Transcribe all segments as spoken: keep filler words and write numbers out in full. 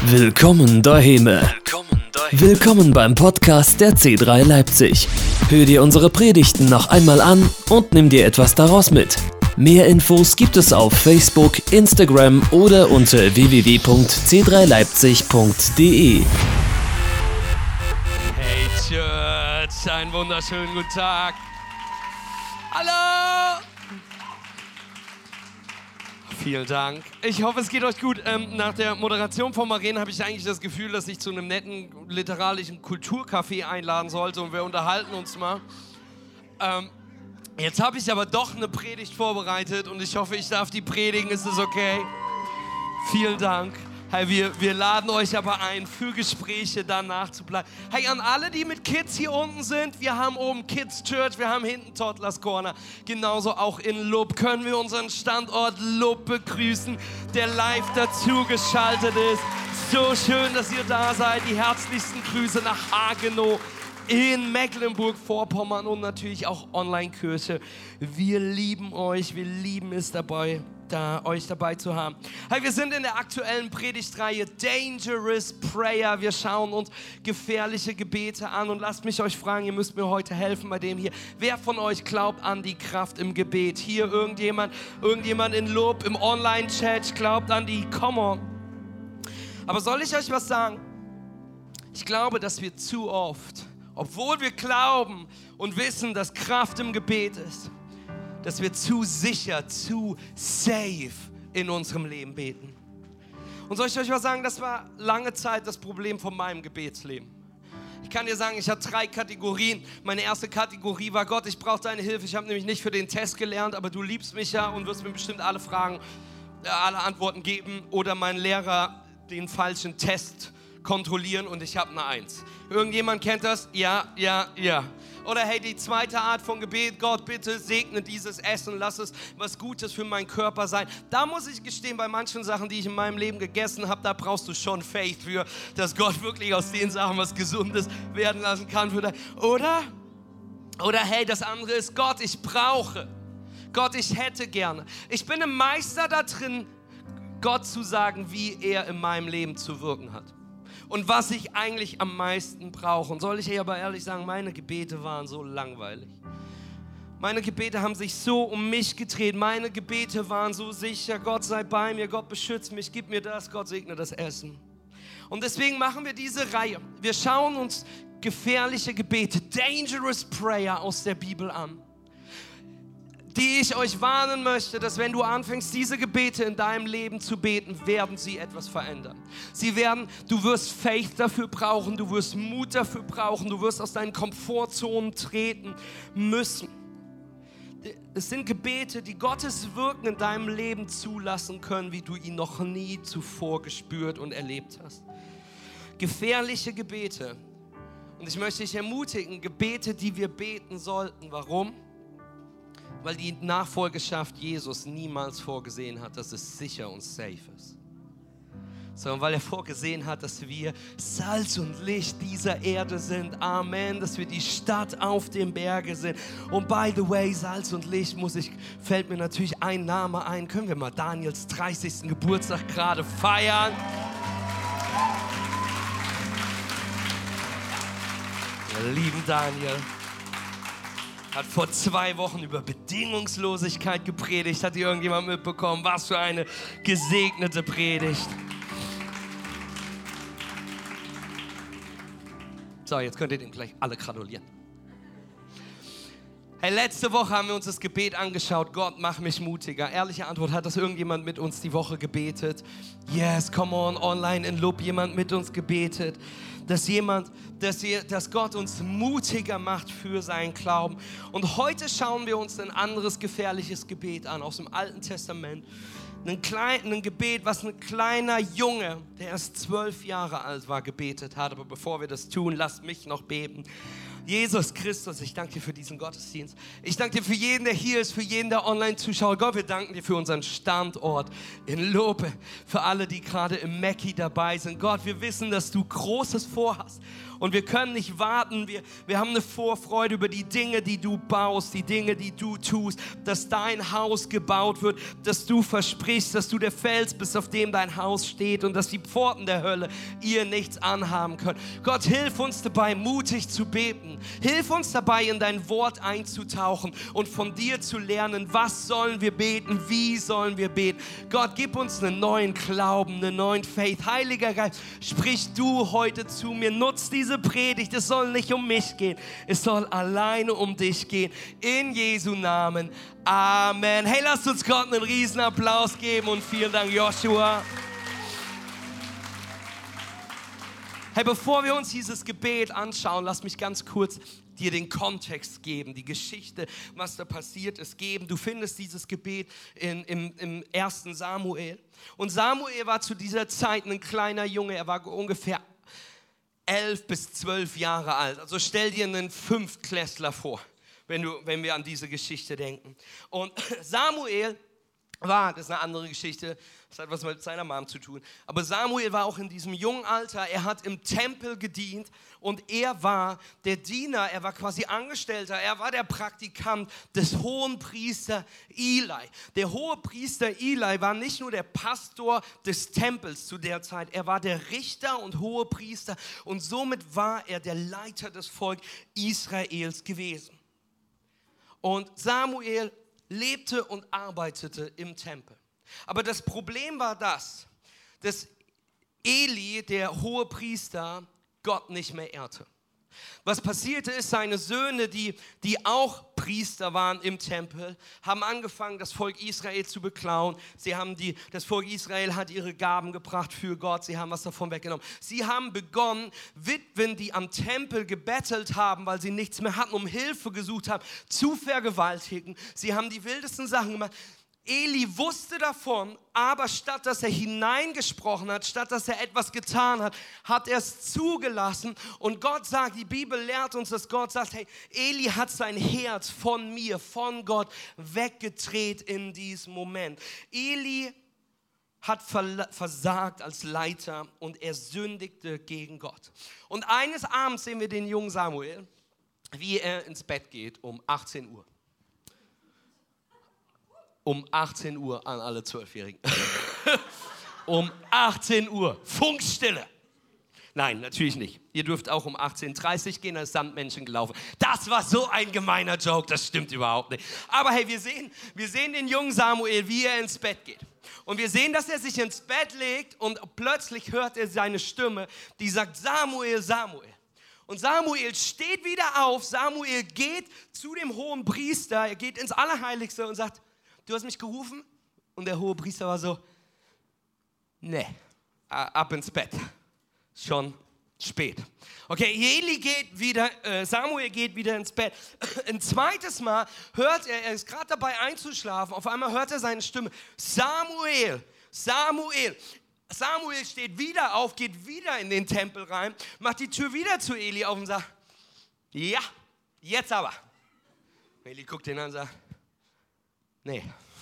Willkommen daheim. Willkommen daheim. Willkommen beim Podcast der C drei Leipzig. Hör dir unsere Predigten noch einmal an und nimm dir etwas daraus mit. Mehr Infos gibt es auf Facebook, Instagram oder unter w w w punkt c drei leipzig punkt d e. Hey Church, einen wunderschönen guten Tag. Hallo! Vielen Dank. Ich hoffe, es geht euch gut. Ähm, nach der Moderation von Maren habe ich eigentlich das Gefühl, dass ich zu einem netten literarischen Kulturcafé einladen sollte und wir unterhalten uns mal. Ähm, jetzt habe ich aber doch eine Predigt vorbereitet und ich hoffe, ich darf die predigen. Ist es okay? Vielen Dank. Hey, wir, wir laden euch aber ein, für Gespräche danach zu bleiben. Hey, an alle, die mit Kids hier unten sind, wir haben oben Kids Church, wir haben hinten Toddlers Corner. Genauso auch in Lupp können wir unseren Standort Lupp begrüßen, der live dazu geschaltet ist. So schön, dass ihr da seid. Die herzlichsten Grüße nach Hagenow in Mecklenburg-Vorpommern und natürlich auch Online-Kirche. Wir lieben euch, wir lieben es dabei, da euch dabei zu haben. Hey, wir sind in der aktuellen Predigtreihe Dangerous Prayer. Wir schauen uns gefährliche Gebete an und lasst mich euch fragen, ihr müsst mir heute helfen bei dem hier. Wer von euch glaubt an die Kraft im Gebet? Hier irgendjemand, irgendjemand in Lob, im Online-Chat glaubt an die, come on. Aber soll ich euch was sagen? Ich glaube, dass wir zu oft, obwohl wir glauben und wissen, dass Kraft im Gebet ist, dass wir zu sicher, zu safe in unserem Leben beten. Und soll ich euch was sagen, das war lange Zeit das Problem von meinem Gebetsleben. Ich kann dir sagen, ich hatte drei Kategorien. Meine erste Kategorie war: Gott, ich brauche deine Hilfe. Ich habe nämlich nicht für den Test gelernt, aber du liebst mich ja und wirst mir bestimmt alle Fragen, äh, alle Antworten geben. Oder mein Lehrer den falschen Test kontrollieren und ich habe eine Eins. Irgendjemand kennt das? Ja, ja, ja. Oder hey, die zweite Art von Gebet: Gott, bitte segne dieses Essen, lass es was Gutes für meinen Körper sein. Da muss ich gestehen, bei manchen Sachen, die ich in meinem Leben gegessen habe, da brauchst du schon Faith für, dass Gott wirklich aus den Sachen was Gesundes werden lassen kann. Für dein, oder? Oder hey, das andere ist: Gott, ich brauche. Gott, ich hätte gerne. Ich bin ein Meister da drin, Gott zu sagen, wie er in meinem Leben zu wirken hat. Und was ich eigentlich am meisten brauche. Und soll ich hier aber ehrlich sagen, meine Gebete waren so langweilig. Meine Gebete haben sich so um mich gedreht. Meine Gebete waren so sicher: Gott sei bei mir, Gott beschützt mich, gib mir das, Gott segne das Essen. Und deswegen machen wir diese Reihe. Wir schauen uns gefährliche Gebete, Dangerous Prayer aus der Bibel an, die ich euch warnen möchte, dass wenn du anfängst, diese Gebete in deinem Leben zu beten, werden sie etwas verändern. Sie werden, du wirst Faith dafür brauchen, du wirst Mut dafür brauchen, du wirst aus deinen Komfortzonen treten müssen. Es sind Gebete, die Gottes Wirken in deinem Leben zulassen können, wie du ihn noch nie zuvor gespürt und erlebt hast. Gefährliche Gebete. Und ich möchte dich ermutigen, Gebete, die wir beten sollten. Warum? Weil die Nachfolgeschaft Jesus niemals vorgesehen hat, dass es sicher und safe ist. Sondern weil er vorgesehen hat, dass wir Salz und Licht dieser Erde sind. Amen. Dass wir die Stadt auf dem Berge sind. Und by the way, Salz und Licht, muss ich, fällt mir natürlich ein Name ein. Können wir mal Daniels dreißigsten Geburtstag gerade feiern? Wir lieben Daniel. Hat vor zwei Wochen über Bedingungslosigkeit gepredigt. Hat die irgendjemand mitbekommen? Was für eine gesegnete Predigt. So, jetzt könnt ihr dem gleich alle gratulieren. Hey, letzte Woche haben wir uns das Gebet angeschaut. Gott, mach mich mutiger. Ehrliche Antwort: Hat das irgendjemand mit uns die Woche gebetet? Yes, come on, online in Lob, jemand mit uns gebetet. Dass jemand, dass, wir, dass Gott uns mutiger macht für seinen Glauben. Und heute schauen wir uns ein anderes gefährliches Gebet an aus dem Alten Testament. Ein, klein, ein Gebet, was ein kleiner Junge, der erst zwölf Jahre alt war, gebetet hat. Aber bevor wir das tun, lasst mich noch beten. Jesus Christus, ich danke dir für diesen Gottesdienst. Ich danke dir für jeden, der hier ist, für jeden, der online zuschaut. Gott, wir danken dir für unseren Standort in Lope, für alle, die gerade im Mecki dabei sind. Gott, wir wissen, dass du Großes vorhast. Und wir können nicht warten. Wir, wir haben eine Vorfreude über die Dinge, die du baust, die Dinge, die du tust, dass dein Haus gebaut wird, dass du versprichst, dass du der Fels bist, auf dem dein Haus steht und dass die Pforten der Hölle ihr nichts anhaben können. Gott, hilf uns dabei, mutig zu beten. Hilf uns dabei, in dein Wort einzutauchen und von dir zu lernen, was sollen wir beten, wie sollen wir beten. Gott, gib uns einen neuen Glauben, einen neuen Faith. Heiliger Geist, sprich du heute zu mir, nutz diese Predigt, es soll nicht um mich gehen, es soll alleine um dich gehen. In Jesu Namen. Amen. Hey, lasst uns Gott einen riesen Applaus geben und vielen Dank, Joshua. Hey, bevor wir uns dieses Gebet anschauen, lass mich ganz kurz dir den Kontext geben, die Geschichte, was da passiert ist, geben. Du findest dieses Gebet in, im, im ersten Samuel. Und Samuel war zu dieser Zeit ein kleiner Junge, er war ungefähr elf bis zwölf Jahre alt. Also stell dir einen Fünftklässler vor, wenn, du, wenn wir an diese Geschichte denken. Und Samuel war, das ist eine andere Geschichte, das hat was mit seiner Mom zu tun, aber Samuel war auch in diesem jungen Alter, er hat im Tempel gedient und er war der Diener, er war quasi Angestellter, er war der Praktikant des Hohenpriester Eli. Der Hohepriester Eli war nicht nur der Pastor des Tempels zu der Zeit, er war der Richter und Hohepriester und somit war er der Leiter des Volkes Israels gewesen. Und Samuel lebte und arbeitete im Tempel. Aber das Problem war das, dass Eli, der Hohepriester, Gott nicht mehr ehrte. Was passierte ist, seine Söhne, die, die auch Priester waren im Tempel, haben angefangen, das Volk Israel zu beklauen. Sie haben die, das Volk Israel hat ihre Gaben gebracht für Gott, sie haben was davon weggenommen. Sie haben begonnen, Witwen, die am Tempel gebettelt haben, weil sie nichts mehr hatten, um Hilfe gesucht haben, zu vergewaltigen. Sie haben die wildesten Sachen gemacht. Eli wusste davon, aber statt dass er hineingesprochen hat, statt dass er etwas getan hat, hat er es zugelassen. Und Gott sagt, die Bibel lehrt uns, dass Gott sagt, hey, Eli hat sein Herz von mir, von Gott weggedreht in diesem Moment. Eli hat versagt als Leiter und er sündigte gegen Gott. Und eines Abends sehen wir den jungen Samuel, wie er ins Bett geht um achtzehn Uhr. Um achtzehn Uhr an alle Zwölfjährigen. Um achtzehn Uhr. Funkstille. Nein, natürlich nicht. Ihr dürft auch um achtzehn Uhr dreißig gehen, als Sandmännchen gelaufen. Das war so ein gemeiner Joke, das stimmt überhaupt nicht. Aber hey, wir sehen, wir sehen den jungen Samuel, wie er ins Bett geht. Und wir sehen, dass er sich ins Bett legt und plötzlich hört er seine Stimme, die sagt, Samuel, Samuel. Und Samuel steht wieder auf, Samuel geht zu dem hohen Priester, er geht ins Allerheiligste und sagt, du hast mich gerufen? Und der hohe Priester war so, nee, ab ins Bett. Schon spät. Okay, Eli geht wieder, äh, Samuel geht wieder ins Bett. Ein zweites Mal hört er, er ist gerade dabei einzuschlafen, auf einmal hört er seine Stimme. Samuel, Samuel. Samuel steht wieder auf, geht wieder in den Tempel rein, macht die Tür wieder zu Eli auf und sagt, ja, jetzt aber. Eli guckt ihn an und sagt, nee,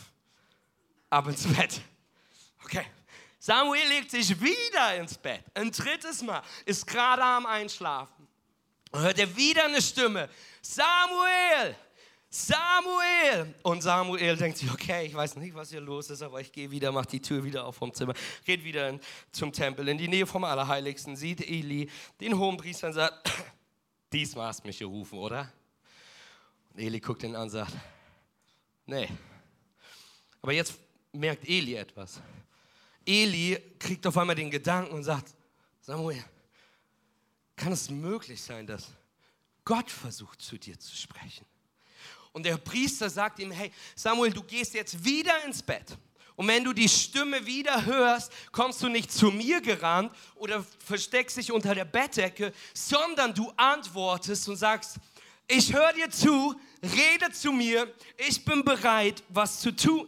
ab ins Bett. Okay. Samuel legt sich wieder ins Bett. Ein drittes Mal. Ist gerade am Einschlafen. Und hört er wieder eine Stimme. Samuel! Samuel! Und Samuel denkt sich, okay, ich weiß nicht, was hier los ist, aber ich gehe wieder, mach die Tür wieder auf vom Zimmer, geht wieder in, zum Tempel, in die Nähe vom Allerheiligsten, sieht Eli, den Hohenpriester und sagt, diesmal hast du mich gerufen, oder? Und Eli guckt ihn an und sagt, nee. Aber jetzt merkt Eli etwas. Eli kriegt auf einmal den Gedanken und sagt, Samuel, kann es möglich sein, dass Gott versucht, zu dir zu sprechen? Und der Priester sagt ihm, hey, Samuel, du gehst jetzt wieder ins Bett. Und wenn du die Stimme wieder hörst, kommst du nicht zu mir gerannt oder versteckst dich unter der Bettdecke, sondern du antwortest und sagst, ich höre dir zu, rede zu mir, ich bin bereit, was zu tun.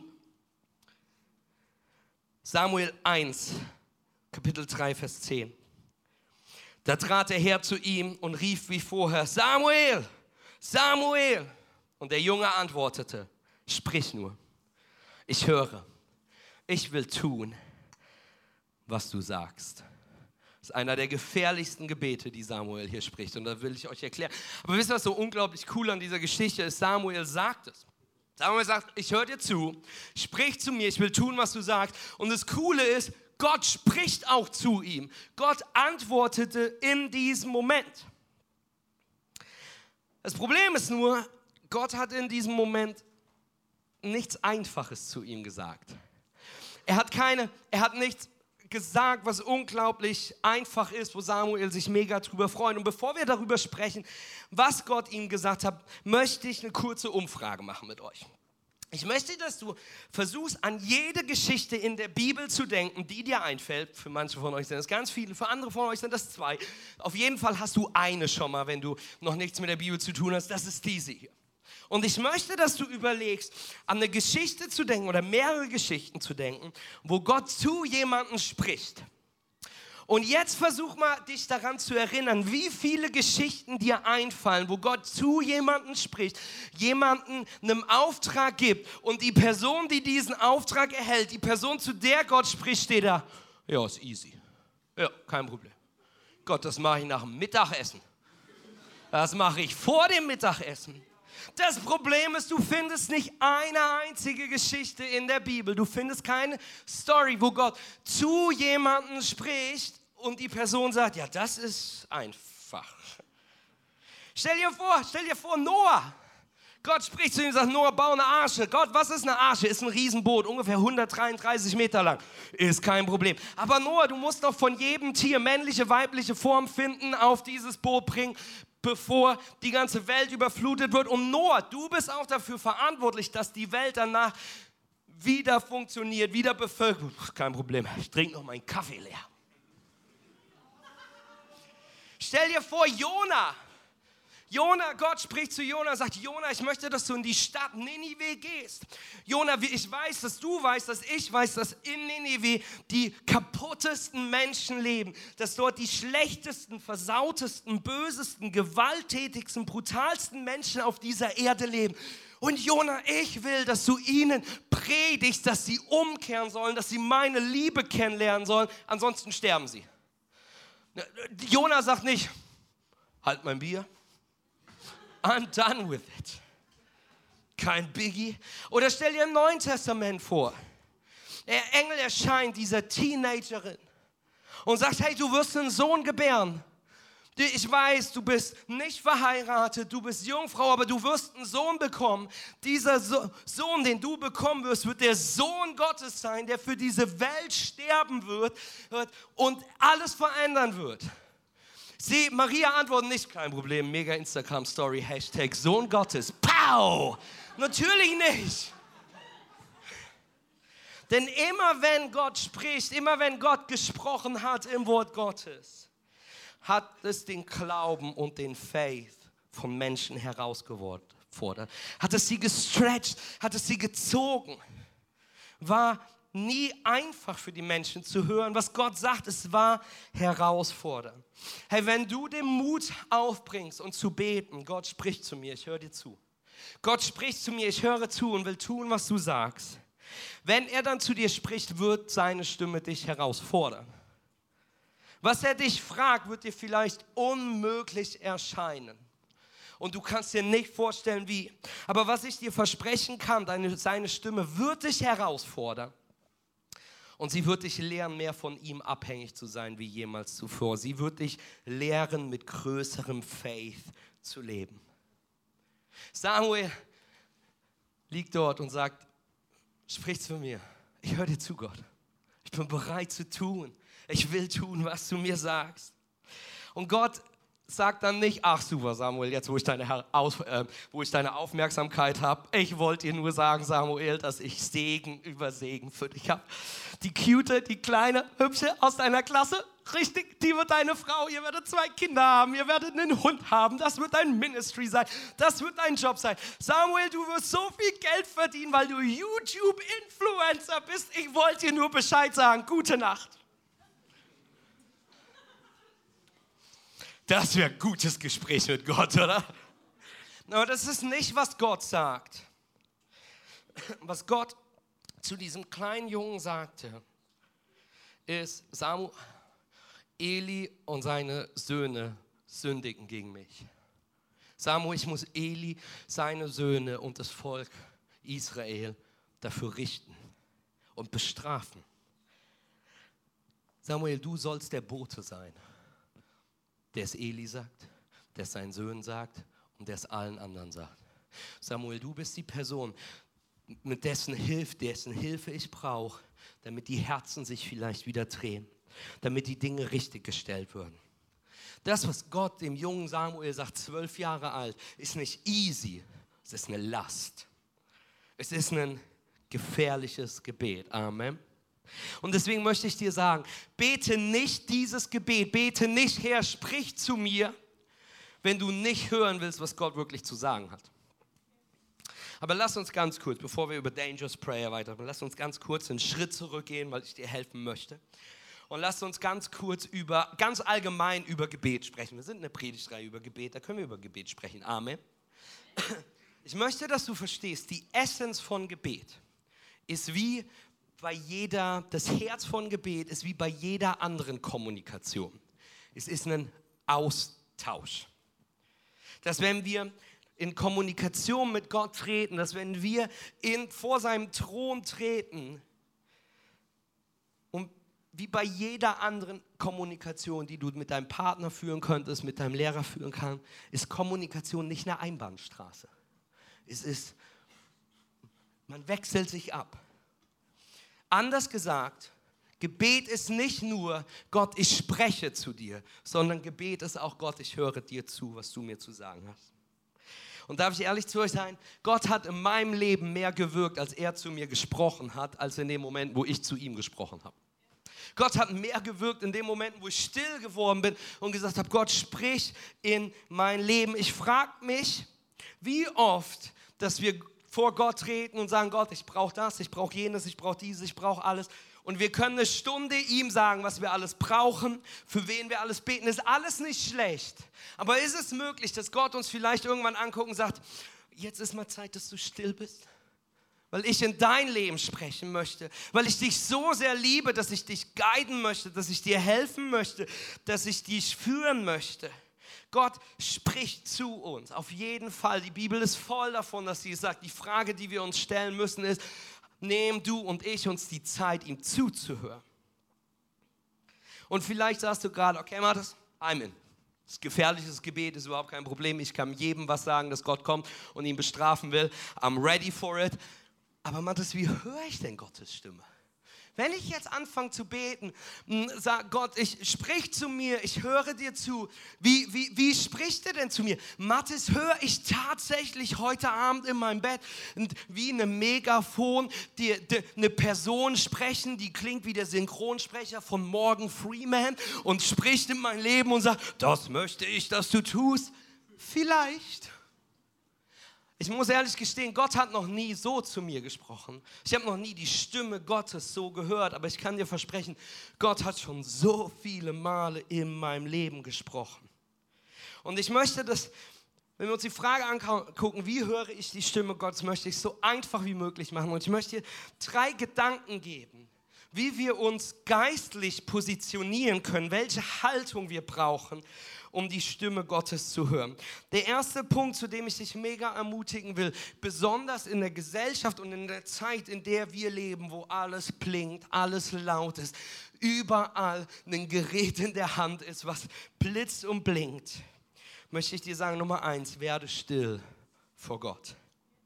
Samuel eins, Kapitel drei, Vers zehn. Da trat der Herr zu ihm und rief wie vorher, Samuel, Samuel. Und der Junge antwortete, sprich nur, ich höre, ich will tun, was du sagst. Das ist einer der gefährlichsten Gebete, die Samuel hier spricht. Und da will ich euch erklären. Aber wisst ihr, was so unglaublich cool an dieser Geschichte ist? Samuel sagt es. Samuel sagt, ich höre dir zu, sprich zu mir, ich will tun, was du sagst. Und das Coole ist, Gott spricht auch zu ihm. Gott antwortete in diesem Moment. Das Problem ist nur, Gott hat in diesem Moment nichts Einfaches zu ihm gesagt. Er hat keine, er hat nichts gesagt, was unglaublich einfach ist, wo Samuel sich mega drüber freut. Und bevor wir darüber sprechen, was Gott ihm gesagt hat, möchte ich eine kurze Umfrage machen mit euch. Ich möchte, dass du versuchst, an jede Geschichte in der Bibel zu denken, die dir einfällt. Für manche von euch sind das ganz viele, für andere von euch sind das zwei. Auf jeden Fall hast du eine schon mal, wenn du noch nichts mit der Bibel zu tun hast. Das ist diese hier. Und ich möchte, dass du überlegst, an eine Geschichte zu denken oder mehrere Geschichten zu denken, wo Gott zu jemandem spricht. Und jetzt versuch mal, dich daran zu erinnern, wie viele Geschichten dir einfallen, wo Gott zu jemandem spricht, jemanden einen Auftrag gibt und die Person, die diesen Auftrag erhält, die Person, zu der Gott spricht, steht da, ja, ist easy. Ja, kein Problem. Gott, das mache ich nach dem Mittagessen. Das mache ich vor dem Mittagessen. Das Problem ist, du findest nicht eine einzige Geschichte in der Bibel. Du findest keine Story, wo Gott zu jemandem spricht und die Person sagt, ja, das ist einfach. Stell dir vor, stell dir vor, Noah. Gott spricht zu ihm und sagt, Noah, bau eine Arche. Gott, was ist eine Arche? Ist ein Riesenboot, ungefähr hundertdreiunddreißig Meter lang. Ist kein Problem. Aber Noah, du musst doch von jedem Tier männliche, weibliche Form finden, auf dieses Boot bringen, bevor die ganze Welt überflutet wird. Und Noah, du bist auch dafür verantwortlich, dass die Welt danach wieder funktioniert, wieder bevölkert. Kein Problem, ich trinke noch meinen Kaffee leer. Stell dir vor, Jona. Jona, Gott spricht zu Jona und sagt, Jona, ich möchte, dass du in die Stadt Ninive gehst. Jona, ich weiß, dass du weißt, dass ich weiß, dass in Ninive die kaputtesten Menschen leben, dass dort die schlechtesten, versautesten, bösesten, gewalttätigsten, brutalsten Menschen auf dieser Erde leben. Und Jona, ich will, dass du ihnen predigst, dass sie umkehren sollen, dass sie meine Liebe kennenlernen sollen, ansonsten sterben sie. Jona sagt nicht, halt mein Bier. I'm done with it. Kein Biggie. Oder stell dir im Neuen Testament vor. Der Engel erscheint dieser Teenagerin und sagt, hey, du wirst einen Sohn gebären. Ich weiß, du bist nicht verheiratet, du bist Jungfrau, aber du wirst einen Sohn bekommen. Dieser so- Sohn, den du bekommen wirst, wird der Sohn Gottes sein, der für diese Welt sterben wird, wird und alles verändern wird. Sie, Maria antwortet nicht, kein Problem, mega Instagram-Story, Hashtag Sohn Gottes. Pow! Natürlich nicht. Denn immer wenn Gott spricht, immer wenn Gott gesprochen hat im Wort Gottes, hat es den Glauben und den Faith von Menschen herausgefordert. Hat es sie gestretcht, hat es sie gezogen. War nie einfach für die Menschen zu hören, was Gott sagt. Es war herausfordernd. Hey, wenn du den Mut aufbringst und zu beten, Gott spricht zu mir, ich höre dir zu. Gott spricht zu mir, ich höre zu und will tun, was du sagst. Wenn er dann zu dir spricht, wird seine Stimme dich herausfordern. Was er dich fragt, wird dir vielleicht unmöglich erscheinen. Und du kannst dir nicht vorstellen, wie. Aber was ich dir versprechen kann, deine, seine Stimme wird dich herausfordern. Und sie wird dich lehren, mehr von ihm abhängig zu sein wie jemals zuvor. Sie wird dich lehren, mit größerem Faith zu leben. Samuel liegt dort und sagt, sprich zu mir. Ich höre dir zu, Gott. Ich bin bereit zu tun. Ich will tun, was du mir sagst. Und Gott sagt dann nicht, ach super Samuel, jetzt wo ich deine, Aus, äh, wo ich deine Aufmerksamkeit habe, ich wollte dir nur sagen, Samuel, dass ich Segen über Segen für dich habe. Die cute, die kleine, hübsche aus deiner Klasse, richtig, die wird deine Frau, ihr werdet zwei Kinder haben, ihr werdet einen Hund haben, das wird dein Ministry sein, das wird dein Job sein. Samuel, du wirst so viel Geld verdienen, weil du YouTube-Influencer bist. Ich wollte dir nur Bescheid sagen, gute Nacht. Das wäre ein gutes Gespräch mit Gott, oder? Aber das ist nicht, was Gott sagt. Was Gott zu diesem kleinen Jungen sagte, ist, Samuel, Eli und seine Söhne sündigen gegen mich. Samuel, ich muss Eli, seine Söhne und das Volk Israel dafür richten und bestrafen. Samuel, du sollst der Bote sein, der es Eli sagt, der es seinen Söhnen sagt und der es allen anderen sagt. Samuel, du bist die Person, mit dessen Hilfe, dessen Hilfe ich brauche, damit die Herzen sich vielleicht wieder drehen, damit die Dinge richtig gestellt werden. Das, was Gott dem jungen Samuel sagt, zwölf Jahre alt, ist nicht easy, es ist eine Last. Es ist ein gefährliches Gebet. Amen. Und deswegen möchte ich dir sagen, bete nicht dieses Gebet, bete nicht, Herr, sprich zu mir, wenn du nicht hören willst, was Gott wirklich zu sagen hat. Aber lass uns ganz kurz, bevor wir über Dangerous Prayer weitermachen, lass uns ganz kurz einen Schritt zurückgehen, weil ich dir helfen möchte. Und lass uns ganz kurz über, ganz allgemein über Gebet sprechen. Wir sind eine Predigtreihe über Gebet, da können wir über Gebet sprechen. Amen. Ich möchte, dass du verstehst, die Essenz von Gebet ist wie bei jeder, das Herz von Gebet ist wie bei jeder anderen Kommunikation. Es ist ein Austausch. Dass wenn wir in Kommunikation mit Gott treten, dass wenn wir in, vor seinem Thron treten, und wie bei jeder anderen Kommunikation, die du mit deinem Partner führen könntest, mit deinem Lehrer führen kannst, ist Kommunikation nicht eine Einbahnstraße. Es ist, man wechselt sich ab. Anders gesagt, Gebet ist nicht nur, Gott, ich spreche zu dir, sondern Gebet ist auch, Gott, ich höre dir zu, was du mir zu sagen hast. Und darf ich ehrlich zu euch sein, Gott hat in meinem Leben mehr gewirkt, als er zu mir gesprochen hat, als in dem Moment, wo ich zu ihm gesprochen habe. Gott hat mehr gewirkt in dem Moment, wo ich still geworden bin und gesagt habe, Gott, sprich in mein Leben. Ich frage mich, wie oft, dass wir vor Gott treten und sagen, Gott, ich brauche das, ich brauche jenes, ich brauche dieses, ich brauche alles. Und wir können eine Stunde ihm sagen, was wir alles brauchen, für wen wir alles beten. Ist alles nicht schlecht. Aber ist es möglich, dass Gott uns vielleicht irgendwann anguckt und sagt, jetzt ist mal Zeit, dass du still bist? Weil ich in dein Leben sprechen möchte, weil ich dich so sehr liebe, dass ich dich guiden möchte, dass ich dir helfen möchte, dass ich dich führen möchte. Gott spricht zu uns, auf jeden Fall. Die Bibel ist voll davon, dass sie sagt, die Frage, die wir uns stellen müssen, ist, nehmen du und ich uns die Zeit, ihm zuzuhören. Und vielleicht sagst du gerade, okay, Matthias, I'm in. Das ist gefährliches Gebet, ist überhaupt kein Problem. Ich kann jedem was sagen, dass Gott kommt und ihn bestrafen will. I'm ready for it. Aber Matthias, wie höre ich denn Gottes Stimme? Wenn ich jetzt anfange zu beten, sag Gott, ich sprich zu mir, ich höre dir zu. Wie, wie, wie spricht er denn zu mir? Matthias, höre ich tatsächlich heute Abend in meinem Bett wie eine Megafon, die, die, eine Person sprechen, die klingt wie der Synchronsprecher von Morgan Freeman und spricht in mein Leben und sagt, das möchte ich, dass du tust. Vielleicht. Ich muss ehrlich gestehen, Gott hat noch nie so zu mir gesprochen. Ich habe noch nie die Stimme Gottes so gehört, aber ich kann dir versprechen, Gott hat schon so viele Male in meinem Leben gesprochen. Und ich möchte, dass, wenn wir uns die Frage angucken, wie höre ich die Stimme Gottes, möchte ich es so einfach wie möglich machen. Und ich möchte dir drei Gedanken geben, wie wir uns geistlich positionieren können, welche Haltung wir brauchen, um die Stimme Gottes zu hören. Der erste Punkt, zu dem ich dich mega ermutigen will, besonders in der Gesellschaft und in der Zeit, in der wir leben, wo alles blinkt, alles laut ist, überall ein Gerät in der Hand ist, was blitzt und blinkt, möchte ich dir sagen, Nummer eins, werde still vor Gott.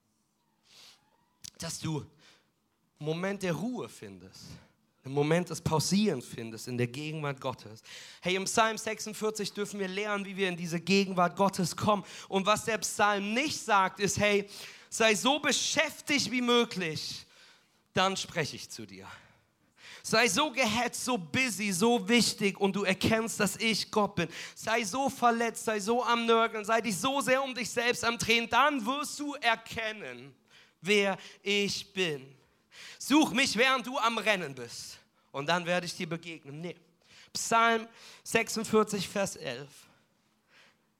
Dass du einen Moment der Ruhe findest. Im Moment des Pausieren findest in der Gegenwart Gottes. Hey, im Psalm sechsundvierzig dürfen wir lernen, wie wir in diese Gegenwart Gottes kommen. Und was der Psalm nicht sagt, ist, hey, sei so beschäftigt wie möglich, dann spreche ich zu dir. Sei so gehetzt, so busy, so wichtig und du erkennst, dass ich Gott bin. Sei so verletzt, sei so am Nörgeln, sei dich so sehr um dich selbst am Drehen, dann wirst du erkennen, wer ich bin. Such mich, während du am Rennen bist. Und dann werde ich dir begegnen. Nee. Psalm sechsundvierzig, Vers elf.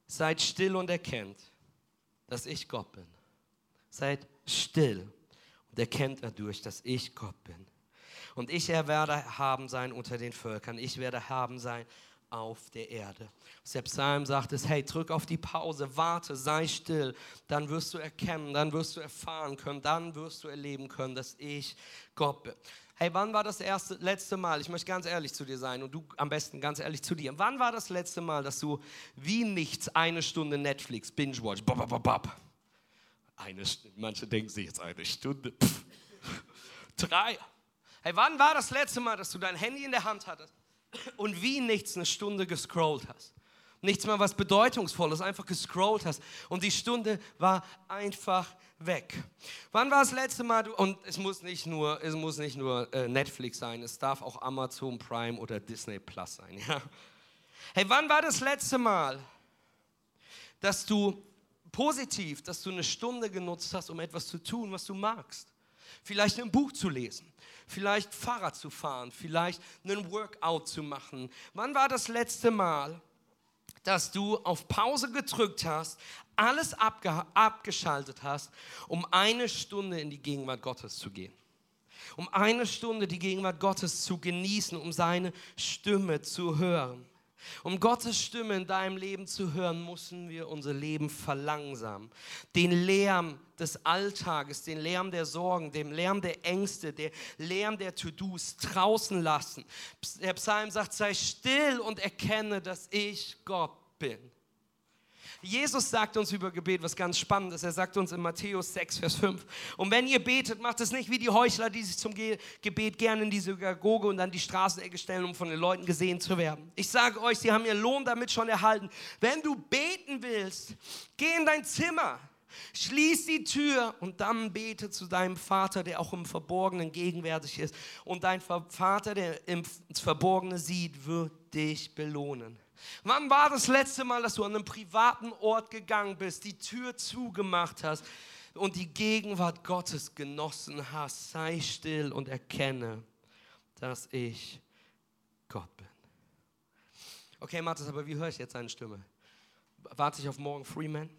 seid still und erkennt, dass ich Gott bin. Seid still und erkennt dadurch, dass ich Gott bin. Und ich werde erhaben sein unter den Völkern. Ich werde erhaben sein auf der Erde. Der Psalm sagt es, hey, drück auf die Pause, warte, sei still. Dann wirst du erkennen, dann wirst du erfahren können, dann wirst du erleben können, dass ich Gott bin. Hey, wann war das erste, letzte Mal, ich möchte ganz ehrlich zu dir sein und du am besten ganz ehrlich zu dir. Wann war das letzte Mal, dass du wie nichts eine Stunde Netflix binge-watch? Bop, bop, bop. Eine Stunde, manche denken sich jetzt eine Stunde. Pff. Drei. Hey, wann war das letzte Mal, dass du dein Handy in der Hand hattest und wie nichts eine Stunde gescrollt hast? Nichts mal was Bedeutungsvolles, einfach gescrollt hast und die Stunde war einfach weg. Wann war das letzte Mal, du, und es muss nicht nur, es muss nicht nur äh, Netflix sein, es darf auch Amazon Prime oder Disney Plus sein. Ja? Hey, wann war das letzte Mal, dass du positiv, dass du eine Stunde genutzt hast, um etwas zu tun, was du magst? Vielleicht ein Buch zu lesen, vielleicht Fahrrad zu fahren, vielleicht einen Workout zu machen. Wann war das letzte Mal, dass du auf Pause gedrückt hast, alles abge- abgeschaltet hast, um eine Stunde in die Gegenwart Gottes zu gehen? Um eine Stunde die Gegenwart Gottes zu genießen, um seine Stimme zu hören. Um Gottes Stimme in deinem Leben zu hören, müssen wir unser Leben verlangsamen. Den Lärm des Alltages, den Lärm der Sorgen, den Lärm der Ängste, den Lärm der To-Dos draußen lassen. Der Psalm sagt, sei still und erkenne, dass ich Gott bin. Jesus sagt uns über Gebet was ganz Spannendes. Er sagt uns in Matthäus sechs, Vers fünf. Und wenn ihr betet, macht es nicht wie die Heuchler, die sich zum Ge- Gebet gerne in die Synagoge und an die Straßenecke stellen, um von den Leuten gesehen zu werden. Ich sage euch, sie haben ihren Lohn damit schon erhalten. Wenn du beten willst, geh in dein Zimmer, schließ die Tür und dann bete zu deinem Vater, der auch im Verborgenen gegenwärtig ist. Und dein Vater, der ins Verborgene sieht, wird dich belohnen. Wann war das letzte Mal, dass du an einem privaten Ort gegangen bist, die Tür zugemacht hast und die Gegenwart Gottes genossen hast? Sei still und erkenne, dass ich Gott bin. Okay, Matthias, aber wie höre ich jetzt seine Stimme? Warte ich auf Morgan Freeman?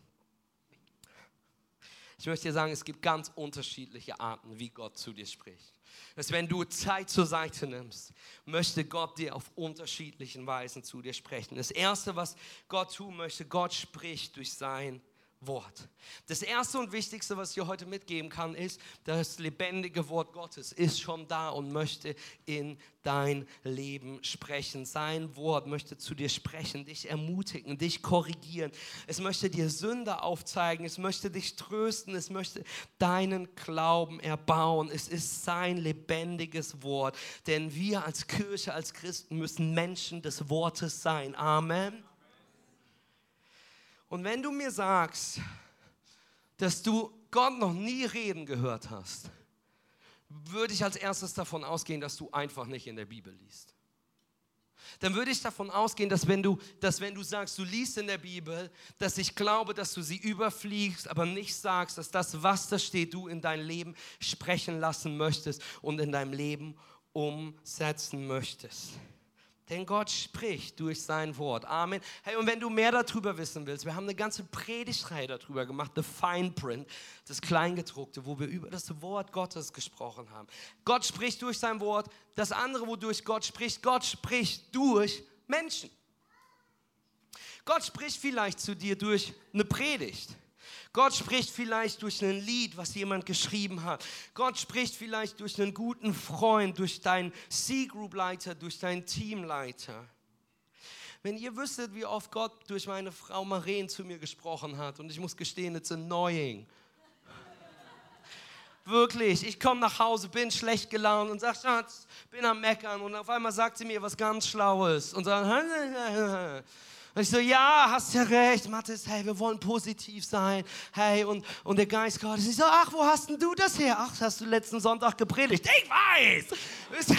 Ich möchte dir sagen, es gibt ganz unterschiedliche Arten, wie Gott zu dir spricht. Dass wenn du Zeit zur Seite nimmst, möchte Gott dir auf unterschiedlichen Weisen zu dir sprechen. Das Erste, was Gott tun möchte, Gott spricht durch sein Wort. Das Erste und Wichtigste, was ich dir heute mitgeben kann, ist, das lebendige Wort Gottes ist schon da und möchte in dein Leben sprechen. Sein Wort möchte zu dir sprechen, dich ermutigen, dich korrigieren. Es möchte dir Sünde aufzeigen, es möchte dich trösten, es möchte deinen Glauben erbauen. Es ist sein lebendiges Wort, denn wir als Kirche, als Christen müssen Menschen des Wortes sein. Amen. Und wenn du mir sagst, dass du Gott noch nie reden gehört hast, würde ich als erstes davon ausgehen, dass du einfach nicht in der Bibel liest. Dann würde ich davon ausgehen, dass wenn du, dass wenn du sagst, du liest in der Bibel, dass ich glaube, dass du sie überfliegst, aber nicht sagst, dass das, was da steht, du in dein Leben sprechen lassen möchtest und in deinem Leben umsetzen möchtest. Denn Gott spricht durch sein Wort. Amen. Hey, und wenn du mehr darüber wissen willst, wir haben eine ganze Predigtreihe darüber gemacht, The Fine Print, das Kleingedruckte, wo wir über das Wort Gottes gesprochen haben. Gott spricht durch sein Wort. Das andere, wodurch Gott spricht, Gott spricht durch Menschen. Gott spricht vielleicht zu dir durch eine Predigt. Gott spricht vielleicht durch ein Lied, was jemand geschrieben hat. Gott spricht vielleicht durch einen guten Freund, durch deinen C-Group-Leiter, durch deinen Teamleiter. Wenn ihr wüsstet, wie oft Gott durch meine Frau Maren zu mir gesprochen hat, und ich muss gestehen, it's annoying. Wirklich, ich komme nach Hause, bin schlecht gelaunt und sage, Schatz, bin am Meckern, und auf einmal sagt sie mir was ganz Schlaues und sagt, und ich so, ja, hast ja recht, Mathis, hey, wir wollen positiv sein, hey, und, und der Geist Gottes, ich so, ach, wo hast denn du das her? Ach, das hast du letzten Sonntag gepredigt. Ich weiß!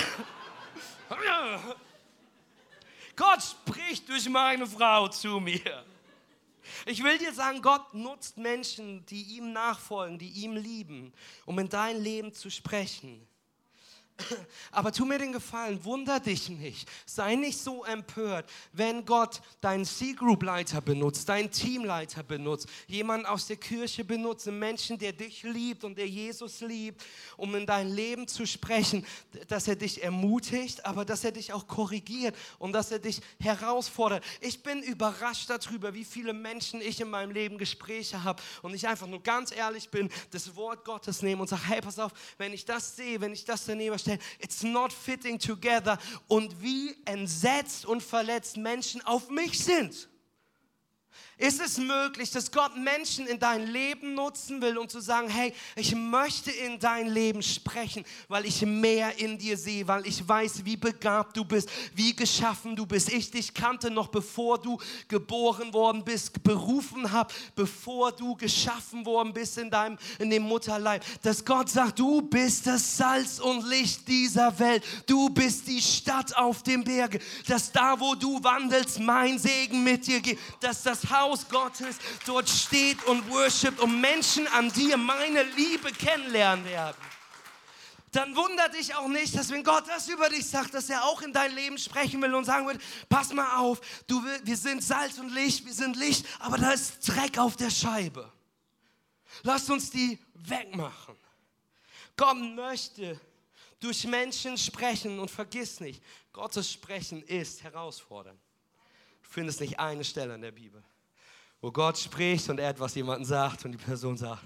Gott spricht durch meine Frau zu mir. Ich will dir sagen, Gott nutzt Menschen, die ihm nachfolgen, die ihm lieben, um in dein Leben zu sprechen. Aber tu mir den Gefallen, wunder dich nicht. Sei nicht so empört, wenn Gott deinen C-Group-Leiter benutzt, deinen Teamleiter benutzt, jemanden aus der Kirche benutzt, einen Menschen, der dich liebt und der Jesus liebt, um in dein Leben zu sprechen, dass er dich ermutigt, aber dass er dich auch korrigiert und dass er dich herausfordert. Ich bin überrascht darüber, wie viele Menschen ich in meinem Leben Gespräche habe und ich einfach nur ganz ehrlich bin, das Wort Gottes nehme und sage, hey, pass auf, wenn ich das sehe, wenn ich das daneben stelle, it's not fitting together, und wie entsetzt und verletzt Menschen auf mich sind. Ist es möglich, dass Gott Menschen in dein Leben nutzen will, um zu sagen, hey, ich möchte in dein Leben sprechen, weil ich mehr in dir sehe, weil ich weiß, wie begabt du bist, wie geschaffen du bist. Ich dich kannte noch bevor du geboren worden bist, berufen habe, bevor du geschaffen worden bist in deinem, in dem Mutterleib. Dass Gott sagt, du bist das Salz und Licht dieser Welt. Du bist die Stadt auf dem Berge. Dass da, wo du wandelst, mein Segen mit dir geht. Dass das Haus Gottes dort steht und worshipt und Menschen an dir meine Liebe kennenlernen werden. Dann wundert dich auch nicht, dass wenn Gott das über dich sagt, dass er auch in dein Leben sprechen will und sagen wird, pass mal auf, du, wir sind Salz und Licht, wir sind Licht, aber da ist Dreck auf der Scheibe. Lasst uns die wegmachen. Gott möchte durch Menschen sprechen und vergiss nicht, Gottes Sprechen ist herausfordernd. Du findest nicht eine Stelle in der Bibel, wo Gott spricht und er etwas jemandem sagt und die Person sagt,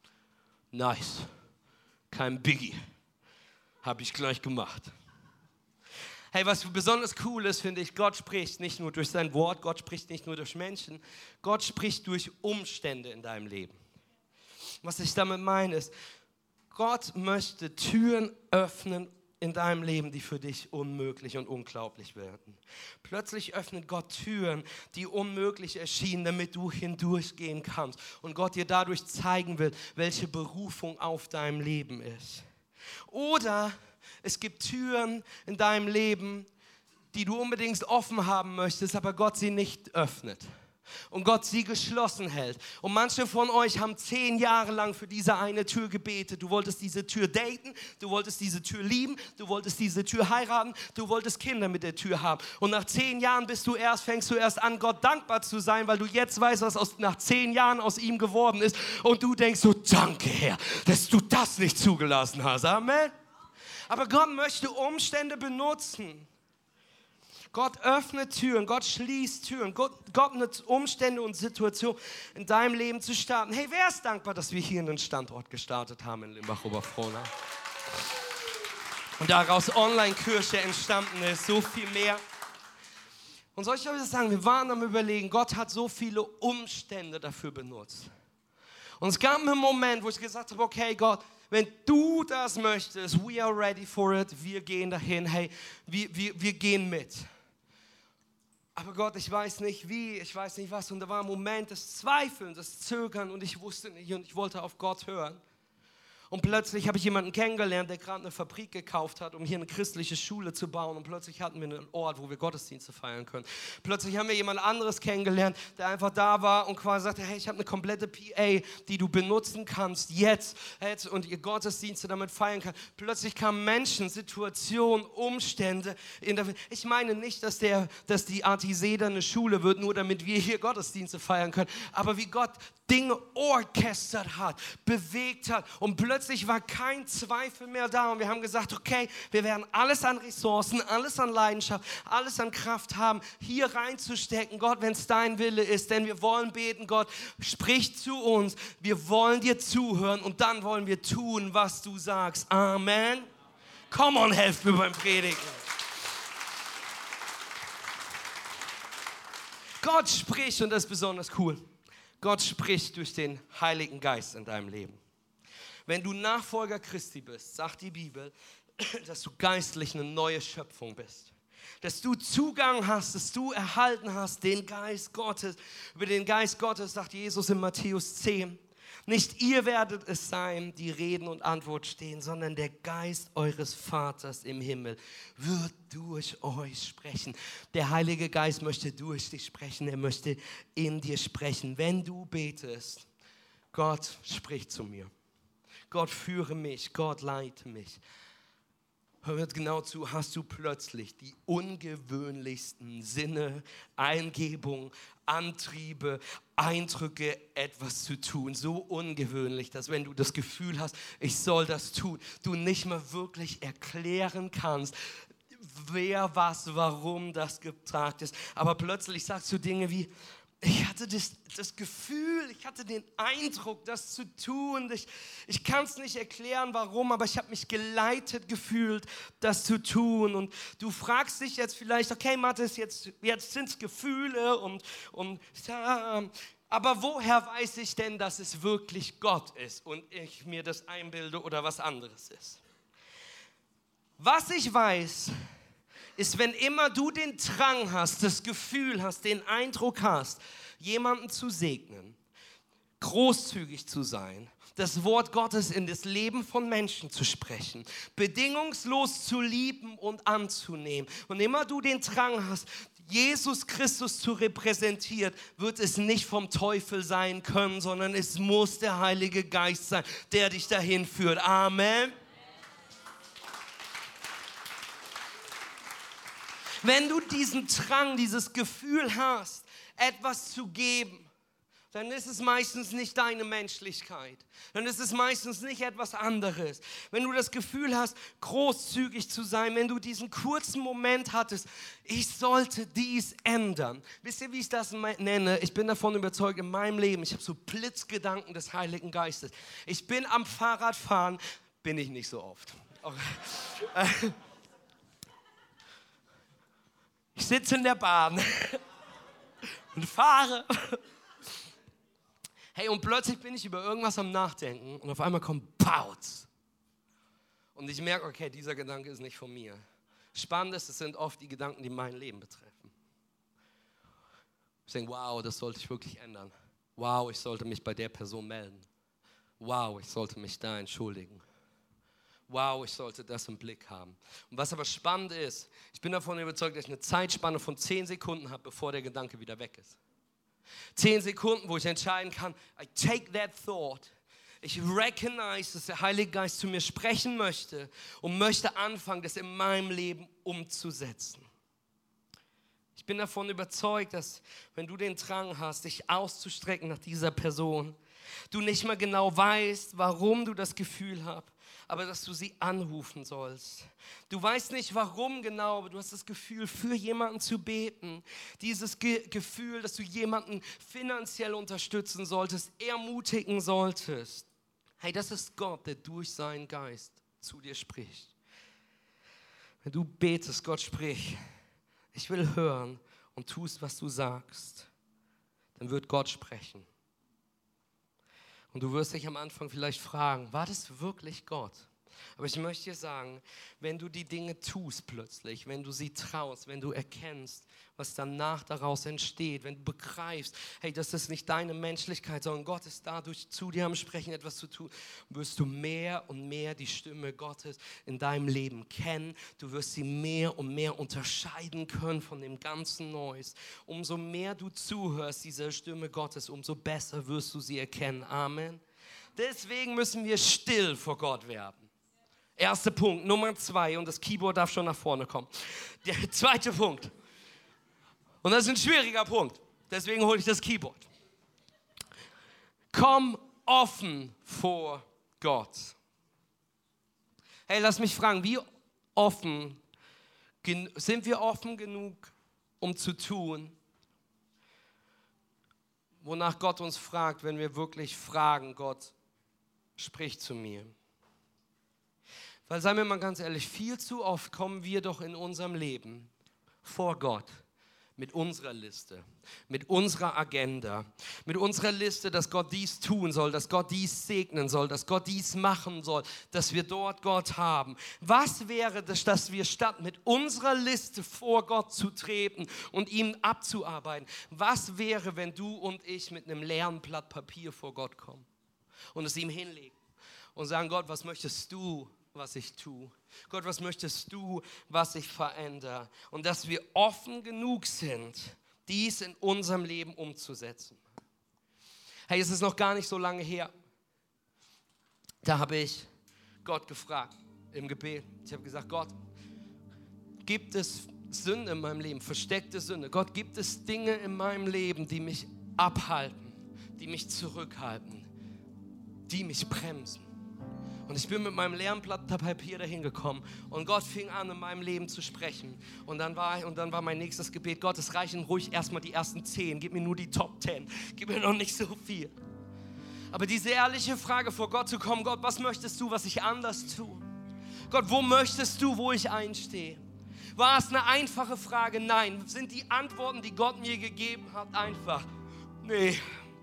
nice, kein Biggie, habe ich gleich gemacht. Hey, was besonders cool ist, finde ich, Gott spricht nicht nur durch sein Wort, Gott spricht nicht nur durch Menschen, Gott spricht durch Umstände in deinem Leben. Was ich damit meine ist, Gott möchte Türen öffnen in deinem Leben, die für dich unmöglich und unglaublich werden. Plötzlich öffnet Gott Türen, die unmöglich erschienen, damit du hindurchgehen kannst und Gott dir dadurch zeigen will, welche Berufung auf deinem Leben ist. Oder es gibt Türen in deinem Leben, die du unbedingt offen haben möchtest, aber Gott sie nicht öffnet. Und Gott sie geschlossen hält. Und manche von euch haben zehn Jahre lang für diese eine Tür gebetet. Du wolltest diese Tür daten, du wolltest diese Tür lieben, du wolltest diese Tür heiraten, du wolltest Kinder mit der Tür haben. Und nach zehn Jahren bist du erst, fängst du erst an, Gott dankbar zu sein, weil du jetzt weißt, was aus, nach zehn Jahren aus ihm geworden ist. Und du denkst so, danke Herr, dass du das nicht zugelassen hast. Amen. Aber Gott möchte Umstände benutzen. Gott öffnet Türen, Gott schließt Türen, Gott, Gott nutzt Umstände und Situationen in deinem Leben zu starten. Hey, wer ist dankbar, dass wir hier einen Standort gestartet haben in Limbach-Oberfrohna? Und daraus Online-Kirche entstanden ist, so viel mehr. Und soll ich euch das sagen, wir waren am Überlegen, Gott hat so viele Umstände dafür benutzt. Und es gab einen Moment, wo ich gesagt habe, okay Gott, wenn du das möchtest, we are ready for it, wir gehen dahin, hey, wir, wir, wir gehen mit. Aber Gott, ich weiß nicht wie, ich weiß nicht was. Und da war ein Moment des Zweifelns, des Zögern und ich wusste nicht und ich wollte auf Gott hören. Und plötzlich habe ich jemanden kennengelernt, der gerade eine Fabrik gekauft hat, um hier eine christliche Schule zu bauen. Und plötzlich hatten wir einen Ort, wo wir Gottesdienste feiern können. Plötzlich haben wir jemand anderes kennengelernt, der einfach da war und quasi sagte, hey, ich habe eine komplette P A, die du benutzen kannst jetzt, jetzt und ihr Gottesdienste damit feiern kannst. Plötzlich kamen Menschen, Situationen, Umstände. In der, ich meine nicht, dass, der, dass die Artiseda eine Schule wird, nur damit wir hier Gottesdienste feiern können. Aber wie Gott Dinge orchestert hat, bewegt hat und plötzlich war kein Zweifel mehr da und wir haben gesagt, okay, wir werden alles an Ressourcen, alles an Leidenschaft, alles an Kraft haben, hier reinzustecken, Gott, wenn es dein Wille ist, denn wir wollen beten, Gott, sprich zu uns, wir wollen dir zuhören und dann wollen wir tun, was du sagst. Amen. Come on, helft mir beim Predigen. Gott spricht und das ist besonders cool. Gott spricht durch den Heiligen Geist in deinem Leben. Wenn du Nachfolger Christi bist, sagt die Bibel, dass du geistlich eine neue Schöpfung bist. Dass du Zugang hast, dass du erhalten hast, den Geist Gottes. Über den Geist Gottes sagt Jesus in Matthäus zehn. Nicht ihr werdet es sein, die Reden und Antwort stehen, sondern der Geist eures Vaters im Himmel wird durch euch sprechen. Der Heilige Geist möchte durch dich sprechen, er möchte in dir sprechen. Wenn du betest, Gott spricht zu mir. Gott führe mich, Gott leite mich. hör jetzt genau zu, hast du plötzlich die ungewöhnlichsten Sinne, Eingebungen, Antriebe, Eindrücke, etwas zu tun. So ungewöhnlich, dass wenn du das Gefühl hast, ich soll das tun, du nicht mehr wirklich erklären kannst, wer, was, warum das getragen ist. Aber plötzlich sagst du Dinge wie, ich hatte das, das Gefühl, ich hatte den Eindruck, das zu tun. Ich, ich kann es nicht erklären, warum, aber ich habe mich geleitet gefühlt, das zu tun. Und du fragst dich jetzt vielleicht, okay, Mathis, jetzt, jetzt sind es Gefühle und, und ja, aber woher weiß ich denn, dass es wirklich Gott ist und ich mir das einbilde oder was anderes ist? Was ich weiß, ist, wenn immer du den Drang hast, das Gefühl hast, den Eindruck hast, jemanden zu segnen, großzügig zu sein, das Wort Gottes in das Leben von Menschen zu sprechen, bedingungslos zu lieben und anzunehmen. Und immer du den Drang hast, Jesus Christus zu repräsentieren, wird es nicht vom Teufel sein können, sondern es muss der Heilige Geist sein, der dich dahin führt. Amen. Wenn du diesen Drang, dieses Gefühl hast, etwas zu geben, dann ist es meistens nicht deine Menschlichkeit. Dann ist es meistens nicht etwas anderes. Wenn du das Gefühl hast, großzügig zu sein, wenn du diesen kurzen Moment hattest, ich sollte dies ändern. Wisst ihr, wie ich das nenne? Ich bin davon überzeugt, in meinem Leben, ich habe so Blitzgedanken des Heiligen Geistes. Ich bin am Fahrradfahren, bin ich nicht so oft. Okay. Ich sitze in der Bahn und fahre. Hey, und plötzlich bin ich über irgendwas am Nachdenken und auf einmal kommt Pauz. Und ich merke, okay, dieser Gedanke ist nicht von mir. Spannend ist, es sind oft die Gedanken, die mein Leben betreffen. Ich denke, wow, das sollte ich wirklich ändern. Wow, ich sollte mich bei der Person melden. Wow, ich sollte mich da entschuldigen. Wow, ich sollte das im Blick haben. Und was aber spannend ist, ich bin davon überzeugt, dass ich eine Zeitspanne von zehn Sekunden habe, bevor der Gedanke wieder weg ist. Zehn Sekunden, wo ich entscheiden kann, I take that thought. Ich recognize, dass der Heilige Geist zu mir sprechen möchte und möchte anfangen, das in meinem Leben umzusetzen. Ich bin davon überzeugt, dass wenn du den Drang hast, dich auszustrecken nach dieser Person, du nicht mehr genau weißt, warum du das Gefühl hast, aber dass du sie anrufen sollst. Du weißt nicht, warum genau, aber du hast das Gefühl, für jemanden zu beten. Dieses Ge- Gefühl, dass du jemanden finanziell unterstützen solltest, ermutigen solltest. Hey, das ist Gott, der durch seinen Geist zu dir spricht. Wenn du betest, Gott sprich, ich will hören und tust, was du sagst, dann wird Gott sprechen. Und du wirst dich am Anfang vielleicht fragen, war das wirklich Gott? Aber ich möchte dir sagen, wenn du die Dinge tust plötzlich, wenn du sie traust, wenn du erkennst, was danach daraus entsteht, wenn du begreifst, hey, das ist nicht deine Menschlichkeit, sondern Gott ist dadurch zu dir am Sprechen, etwas zu tun, wirst du mehr und mehr die Stimme Gottes in deinem Leben kennen. Du wirst sie mehr und mehr unterscheiden können von dem ganzen Neues. Umso mehr du zuhörst dieser Stimme Gottes, umso besser wirst du sie erkennen. Amen. Deswegen müssen wir still vor Gott werden. Erster Punkt, Nummer zwei, und das Keyboard darf schon nach vorne kommen. Der zweite Punkt, und das ist ein schwieriger Punkt, deswegen hole ich das Keyboard. Komm offen vor Gott. Hey, lass mich fragen, wie offen sind wir offen genug, um zu tun, wonach Gott uns fragt, wenn wir wirklich fragen, Gott, sprich zu mir. Weil, seien wir mal ganz ehrlich, viel zu oft kommen wir doch in unserem Leben vor Gott mit unserer Liste, mit unserer Agenda, mit unserer Liste, dass Gott dies tun soll, dass Gott dies segnen soll, dass Gott dies machen soll, dass wir dort Gott haben. Was wäre das, dass wir statt mit unserer Liste vor Gott zu treten und ihm abzuarbeiten, was wäre, wenn du und ich mit einem leeren Blatt Papier vor Gott kommen und es ihm hinlegen und sagen, Gott, was möchtest du, was ich tue? Gott, was möchtest du, was ich verändere? Und dass wir offen genug sind, dies in unserem Leben umzusetzen. Hey, es ist noch gar nicht so lange her. Da habe ich Gott gefragt, im Gebet. Ich habe gesagt, Gott, gibt es Sünde in meinem Leben, versteckte Sünde? Gott, gibt es Dinge in meinem Leben, die mich abhalten, die mich zurückhalten, die mich bremsen? Und ich bin mit meinem leeren Blatt Papier dahin gekommen und Gott fing an, in meinem Leben zu sprechen. Und dann war, und dann war mein nächstes Gebet, Gott, es reichen ruhig erstmal die ersten zehn, gib mir nur die Top zehn, gib mir noch nicht so viel. Aber diese ehrliche Frage vor Gott zu kommen, Gott, was möchtest du, was ich anders tue? Gott, wo möchtest du, wo ich einstehe? War es eine einfache Frage? Nein. Sind die Antworten, die Gott mir gegeben hat, einfach? Nee.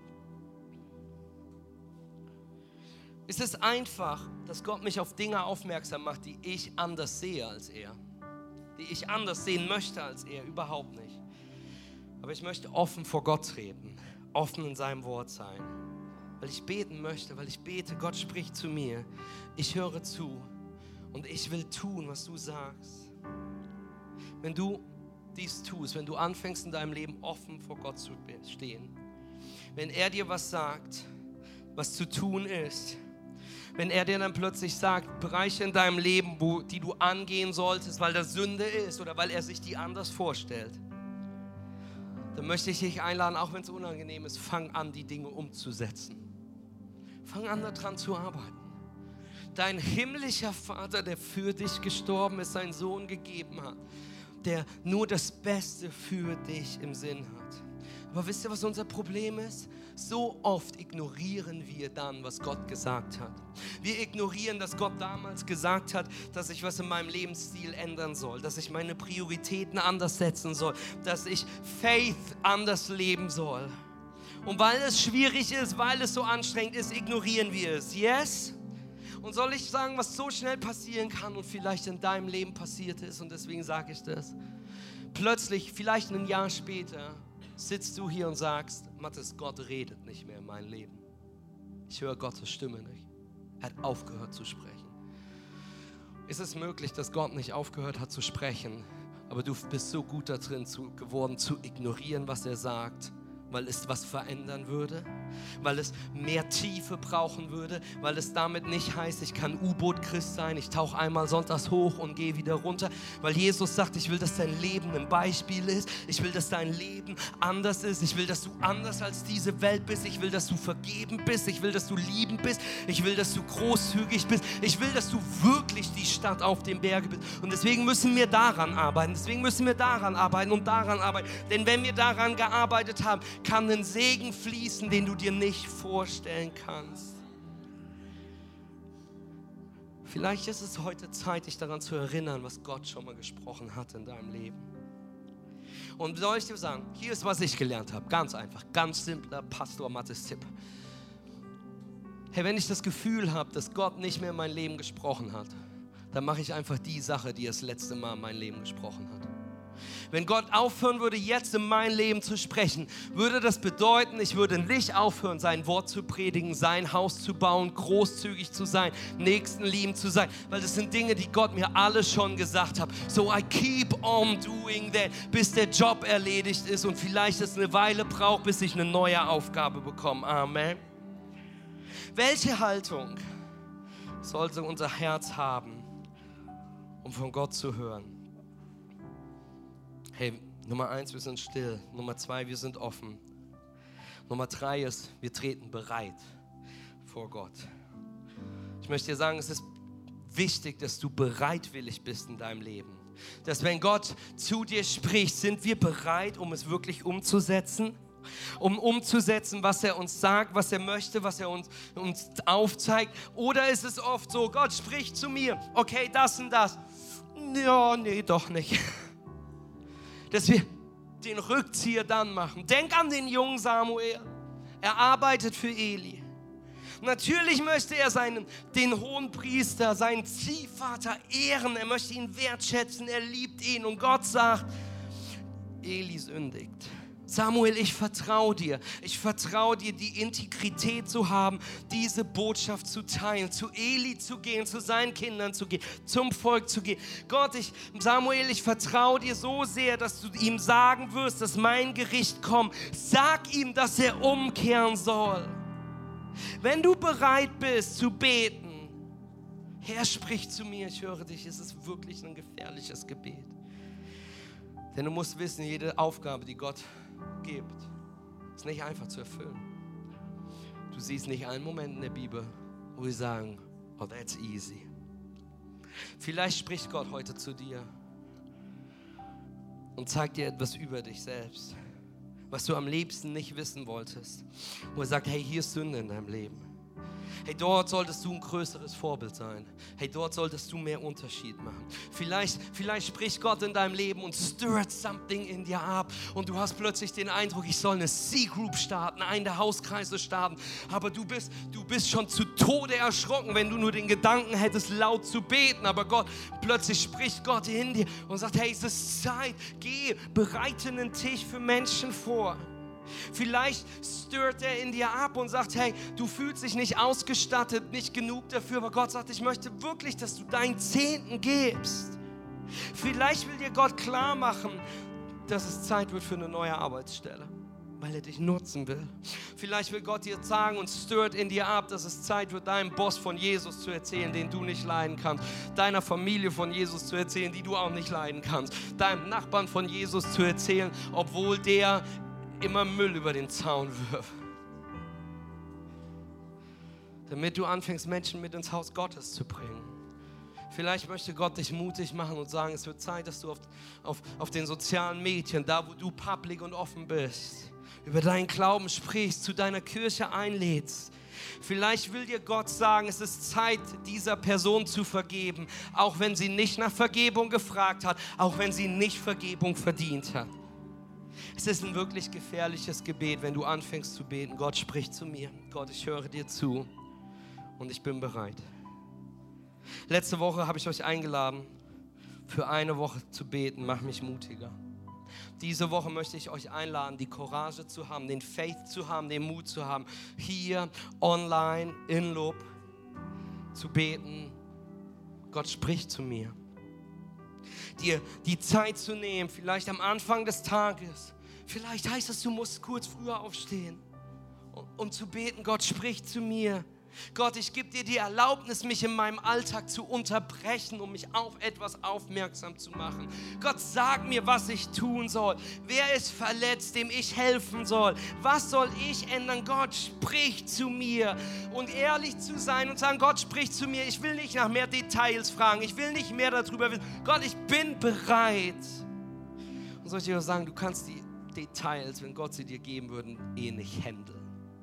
Ist es einfach, dass Gott mich auf Dinge aufmerksam macht, die ich anders sehe als er? Die ich anders sehen möchte als er? Überhaupt nicht. Aber ich möchte offen vor Gott treten, offen in seinem Wort sein. Weil ich beten möchte, weil ich bete, Gott spricht zu mir. Ich höre zu und ich will tun, was du sagst. Wenn du dies tust, wenn du anfängst in deinem Leben offen vor Gott zu stehen, wenn er dir was sagt, was zu tun ist, wenn er dir dann plötzlich sagt, Bereiche in deinem Leben, wo, die du angehen solltest, weil das Sünde ist oder weil er sich die anders vorstellt, dann möchte ich dich einladen, auch wenn es unangenehm ist, fang an, die Dinge umzusetzen. Fang an, daran zu arbeiten. Dein himmlischer Vater, der für dich gestorben ist, seinen Sohn gegeben hat, der nur das Beste für dich im Sinn hat. Aber wisst ihr, was unser Problem ist? So oft ignorieren wir dann, was Gott gesagt hat. Wir ignorieren, dass Gott damals gesagt hat, dass ich was in meinem Lebensstil ändern soll, dass ich meine Prioritäten anders setzen soll, dass ich Faith anders leben soll. Und weil es schwierig ist, weil es so anstrengend ist, ignorieren wir es. Yes? Und soll ich sagen, was so schnell passieren kann und vielleicht in deinem Leben passiert ist, und deswegen sage ich das. Plötzlich, vielleicht ein Jahr später, sitzt du hier und sagst, Mathis, Gott redet nicht mehr in mein Leben. Ich höre Gottes Stimme nicht. Er hat aufgehört zu sprechen. Ist es möglich, dass Gott nicht aufgehört hat zu sprechen, aber du bist so gut da drin zu, geworden, zu ignorieren, was er sagt, weil es was verändern würde, weil es mehr Tiefe brauchen würde, weil es damit nicht heißt, ich kann U-Boot-Christ sein, ich tauche einmal sonntags hoch und gehe wieder runter, weil Jesus sagt, ich will, dass dein Leben ein Beispiel ist, ich will, dass dein Leben anders ist, ich will, dass du anders als diese Welt bist, ich will, dass du vergeben bist, ich will, dass du liebend bist, ich will, dass du großzügig bist, ich will, dass du wirklich die Stadt auf dem Berge bist, und deswegen müssen wir daran arbeiten, deswegen müssen wir daran arbeiten und daran arbeiten, denn wenn wir daran gearbeitet haben, kann ein Segen fließen, den du dir nicht vorstellen kannst. Vielleicht ist es heute Zeit, dich daran zu erinnern, was Gott schon mal gesprochen hat in deinem Leben. Und soll ich dir sagen, hier ist, was ich gelernt habe. Ganz einfach, ganz simpler Pastor Mathis-Tipp. Hey, wenn ich das Gefühl habe, dass Gott nicht mehr in mein Leben gesprochen hat, dann mache ich einfach die Sache, die er das letzte Mal in mein Leben gesprochen hat. Wenn Gott aufhören würde, jetzt in mein Leben zu sprechen, würde das bedeuten, ich würde nicht aufhören, sein Wort zu predigen, sein Haus zu bauen, großzügig zu sein, nächstenliebend zu sein, weil das sind Dinge, die Gott mir alle schon gesagt hat. So I keep on doing that, bis der Job erledigt ist und vielleicht es eine Weile braucht, bis ich eine neue Aufgabe bekomme. Amen. Welche Haltung sollte unser Herz haben, um von Gott zu hören? Hey, Nummer eins, wir sind still. Nummer zwei, wir sind offen. Nummer drei ist, wir treten bereit vor Gott. Ich möchte dir sagen, es ist wichtig, dass du bereitwillig bist in deinem Leben. Dass wenn Gott zu dir spricht, sind wir bereit, um es wirklich umzusetzen? Um umzusetzen, was er uns sagt, was er möchte, was er uns, uns aufzeigt? Oder ist es oft so, Gott spricht zu mir, okay, das und das. Ja, nee, doch nicht. Dass wir den Rückzieher dann machen. Denk an den jungen Samuel. Er arbeitet für Eli. Natürlich möchte er seinen, den Hohenpriester, seinen Ziehvater ehren. Er möchte ihn wertschätzen. Er liebt ihn. Und Gott sagt, Eli sündigt. Samuel, ich vertraue dir. Ich vertraue dir, die Integrität zu haben, diese Botschaft zu teilen, zu Eli zu gehen, zu seinen Kindern zu gehen, zum Volk zu gehen. Gott, ich, Samuel, ich vertraue dir so sehr, dass du ihm sagen wirst, dass mein Gericht kommt. Sag ihm, dass er umkehren soll. Wenn du bereit bist zu beten, Herr, sprich zu mir, ich höre dich. Es ist wirklich ein gefährliches Gebet. Denn du musst wissen, jede Aufgabe, die Gott gibt, ist nicht einfach zu erfüllen. Du siehst nicht einen Moment in der Bibel, wo wir sagen, oh, that's easy. Vielleicht spricht Gott heute zu dir und zeigt dir etwas über dich selbst, was du am liebsten nicht wissen wolltest. Wo er sagt, hey, hier ist Sünde in deinem Leben. Hey, dort solltest du ein größeres Vorbild sein. Hey, dort solltest du mehr Unterschied machen. Vielleicht, vielleicht spricht Gott in deinem Leben und stirrt something in dir ab. Und du hast plötzlich den Eindruck, ich soll eine C-Group starten, einen der Hauskreise starten. Aber du bist, du bist schon zu Tode erschrocken, wenn du nur den Gedanken hättest, laut zu beten. Aber Gott, plötzlich spricht Gott in dir und sagt, hey, es ist Zeit. Geh, bereite einen Tisch für Menschen vor. Vielleicht stört er in dir ab und sagt, hey, du fühlst dich nicht ausgestattet, nicht genug dafür, aber Gott sagt, ich möchte wirklich, dass du deinen Zehnten gibst. Vielleicht will dir Gott klar machen, dass es Zeit wird für eine neue Arbeitsstelle, weil er dich nutzen will. Vielleicht will Gott dir sagen und stört in dir ab, dass es Zeit wird, deinem Boss von Jesus zu erzählen, den du nicht leiden kannst, deiner Familie von Jesus zu erzählen, die du auch nicht leiden kannst, deinem Nachbarn von Jesus zu erzählen, obwohl der immer Müll über den Zaun wirft. Damit du anfängst, Menschen mit ins Haus Gottes zu bringen. Vielleicht möchte Gott dich mutig machen und sagen, es wird Zeit, dass du auf, auf, auf den sozialen Medien, da wo du public und offen bist, über deinen Glauben sprichst, zu deiner Kirche einlädst. Vielleicht will dir Gott sagen, es ist Zeit, dieser Person zu vergeben, auch wenn sie nicht nach Vergebung gefragt hat, auch wenn sie nicht Vergebung verdient hat. Es ist ein wirklich gefährliches Gebet, wenn du anfängst zu beten. Gott spricht zu mir. Gott, ich höre dir zu und ich bin bereit. Letzte Woche habe ich euch eingeladen, für eine Woche zu beten. Mach mich mutiger. Diese Woche möchte ich euch einladen, die Courage zu haben, den Faith zu haben, den Mut zu haben, hier, online, in Lob zu beten. Gott spricht zu mir. Dir die Zeit zu nehmen, vielleicht am Anfang des Tages. Vielleicht heißt es, du musst kurz früher aufstehen, um, um zu beten. Gott spricht zu mir. Gott, ich gebe dir die Erlaubnis, mich in meinem Alltag zu unterbrechen, um mich auf etwas aufmerksam zu machen. Gott, sag mir, was ich tun soll. Wer ist verletzt, dem ich helfen soll? Was soll ich ändern? Gott, sprich zu mir. Und ehrlich zu sein und sagen, Gott, sprich zu mir. Ich will nicht nach mehr Details fragen. Ich will nicht mehr darüber wissen. Gott, ich bin bereit. Und soll ich dir auch sagen, du kannst die Details, wenn Gott sie dir geben würde, eh nicht handeln.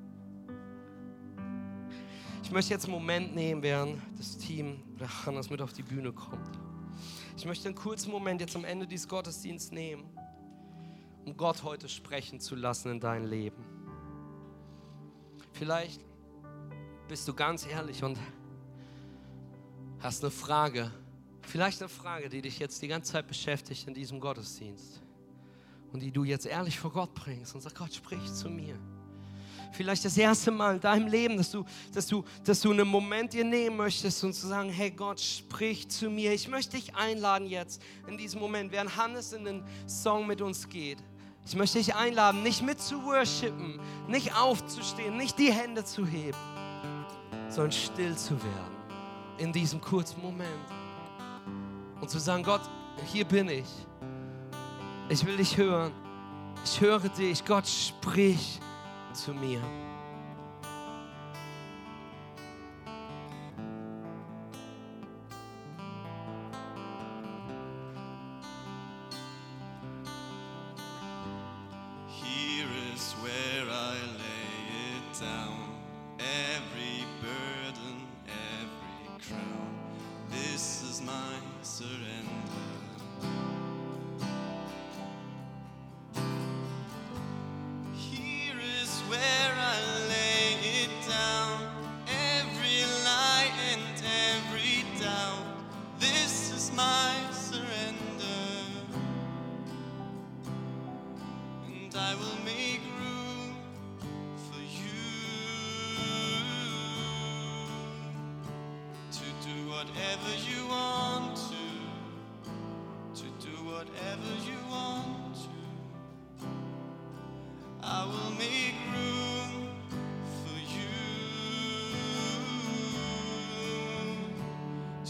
Ich möchte jetzt einen Moment nehmen, während das Team oder Hannes mit auf die Bühne kommt. Ich möchte einen kurzen Moment jetzt am Ende dieses Gottesdienstes nehmen, um Gott heute sprechen zu lassen in dein Leben. Vielleicht bist du ganz ehrlich und hast eine Frage, vielleicht eine Frage, die dich jetzt die ganze Zeit beschäftigt in diesem Gottesdienst und die du jetzt ehrlich vor Gott bringst und sagst, Gott, sprich zu mir. Vielleicht das erste Mal in deinem Leben, dass du, dass du, dass du einen Moment dir nehmen möchtest und zu sagen, hey Gott, sprich zu mir. Ich möchte dich einladen jetzt in diesem Moment, während Hannes in den Song mit uns geht. Ich möchte dich einladen, nicht mit zu worshipen, nicht aufzustehen, nicht die Hände zu heben, sondern still zu werden in diesem kurzen Moment. Und zu sagen, Gott, hier bin ich. Ich will dich hören. Ich höre dich. Gott, sprich zu mir. Here is where I lay it down, every burden, every crown. This is my surrender. Where I lay it down, every lie and every doubt. This is my surrender, and I will make room for you to do whatever you want to, to do whatever you want to. I will make room for you.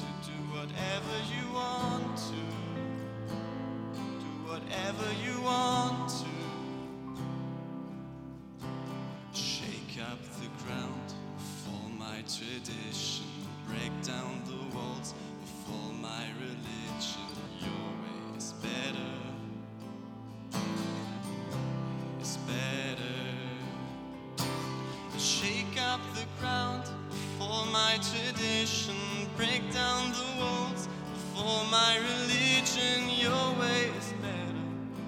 tradition, break down the walls of all my religion. Your way is better, is better. Shake up the ground of all my tradition, break down the walls of all my religion. Your way is better,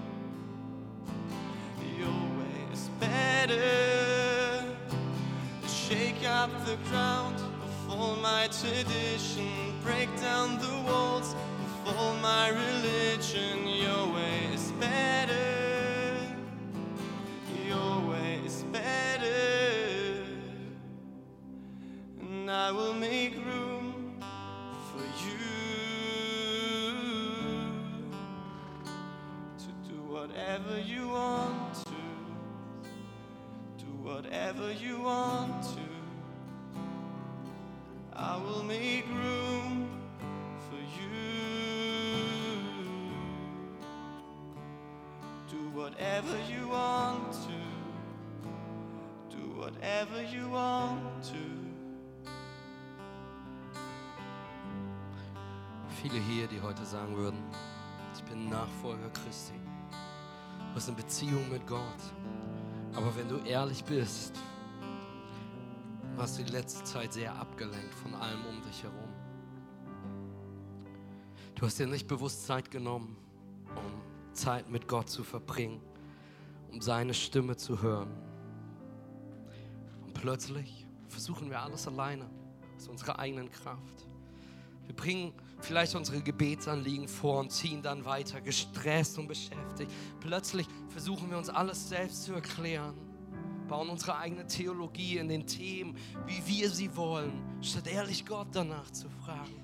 your way is better. Shake up the ground of all my tradition, break down the walls of all my religion. Your way is better, your way is better. And I will make room for you to do whatever you want to. Whatever you want to, I will make room for you. Do whatever you want to, do whatever you want to. Viele hier, die heute sagen würden, ich bin Nachfolger Christi. Du hast eine Beziehung mit Gott. Aber wenn du ehrlich bist, warst du die letzte Zeit sehr abgelenkt von allem um dich herum. Du hast dir nicht bewusst Zeit genommen, um Zeit mit Gott zu verbringen, um seine Stimme zu hören. Und plötzlich versuchen wir alles alleine, aus unserer eigenen Kraft. Wir bringen vielleicht unsere Gebetsanliegen vor und ziehen dann weiter, gestresst und beschäftigt. Plötzlich versuchen wir uns alles selbst zu erklären, bauen unsere eigene Theologie in den Themen, wie wir sie wollen, statt ehrlich Gott danach zu fragen.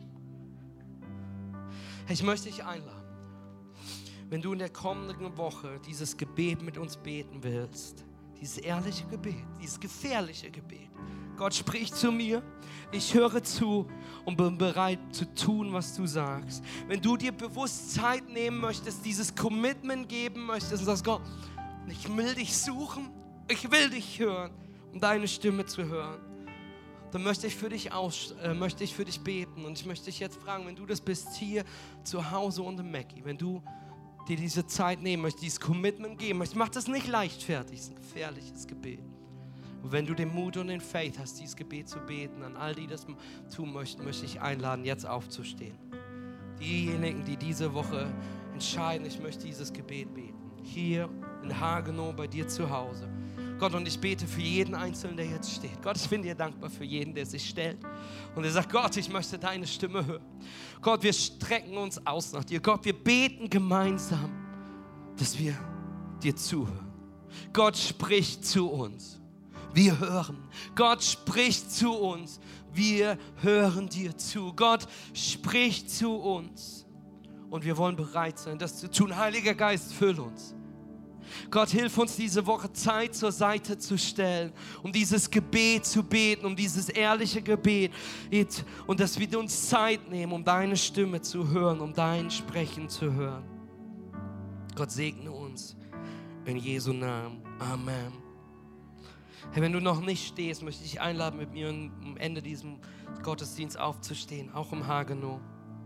Ich möchte dich einladen, wenn du in der kommenden Woche dieses Gebet mit uns beten willst, dieses ehrliche Gebet, dieses gefährliche Gebet. Gott spricht zu mir, ich höre zu und bin bereit zu tun, was du sagst. Wenn du dir bewusst Zeit nehmen möchtest, dieses Commitment geben möchtest und sagst, Gott, ich will dich suchen, ich will dich hören, um deine Stimme zu hören, dann möchte ich für dich aus, äh, möchte ich für dich beten. Und ich möchte dich jetzt fragen, wenn du das bist hier zu Hause und im Mackie, wenn du dir diese Zeit nehmen möchtest, dieses Commitment geben möchtest, mach das nicht leichtfertig, es ist ein gefährliches Gebet. Und wenn du den Mut und den Faith hast, dieses Gebet zu beten, an all die das tun möchten, möchte ich einladen, jetzt aufzustehen. Diejenigen, die diese Woche entscheiden, ich möchte dieses Gebet beten. Hier in Hagenow, bei dir zu Hause. Gott, und ich bete für jeden Einzelnen, der jetzt steht. Gott, ich bin dir dankbar für jeden, der sich stellt. Und der sagt, Gott, ich möchte deine Stimme hören. Gott, wir strecken uns aus nach dir. Gott, wir beten gemeinsam, dass wir dir zuhören. Gott spricht zu uns. Wir hören. Gott spricht zu uns. Wir hören dir zu. Gott spricht zu uns. Und wir wollen bereit sein, das zu tun. Heiliger Geist, füll uns. Gott, hilf uns diese Woche Zeit zur Seite zu stellen, um dieses Gebet zu beten, um dieses ehrliche Gebet. Und dass wir uns Zeit nehmen, um deine Stimme zu hören, um dein Sprechen zu hören. Gott segne uns. In Jesu Namen. Amen. Hey, wenn du noch nicht stehst, möchte ich dich einladen, mit mir am Ende diesem Gottesdienst aufzustehen, auch im Hagenow.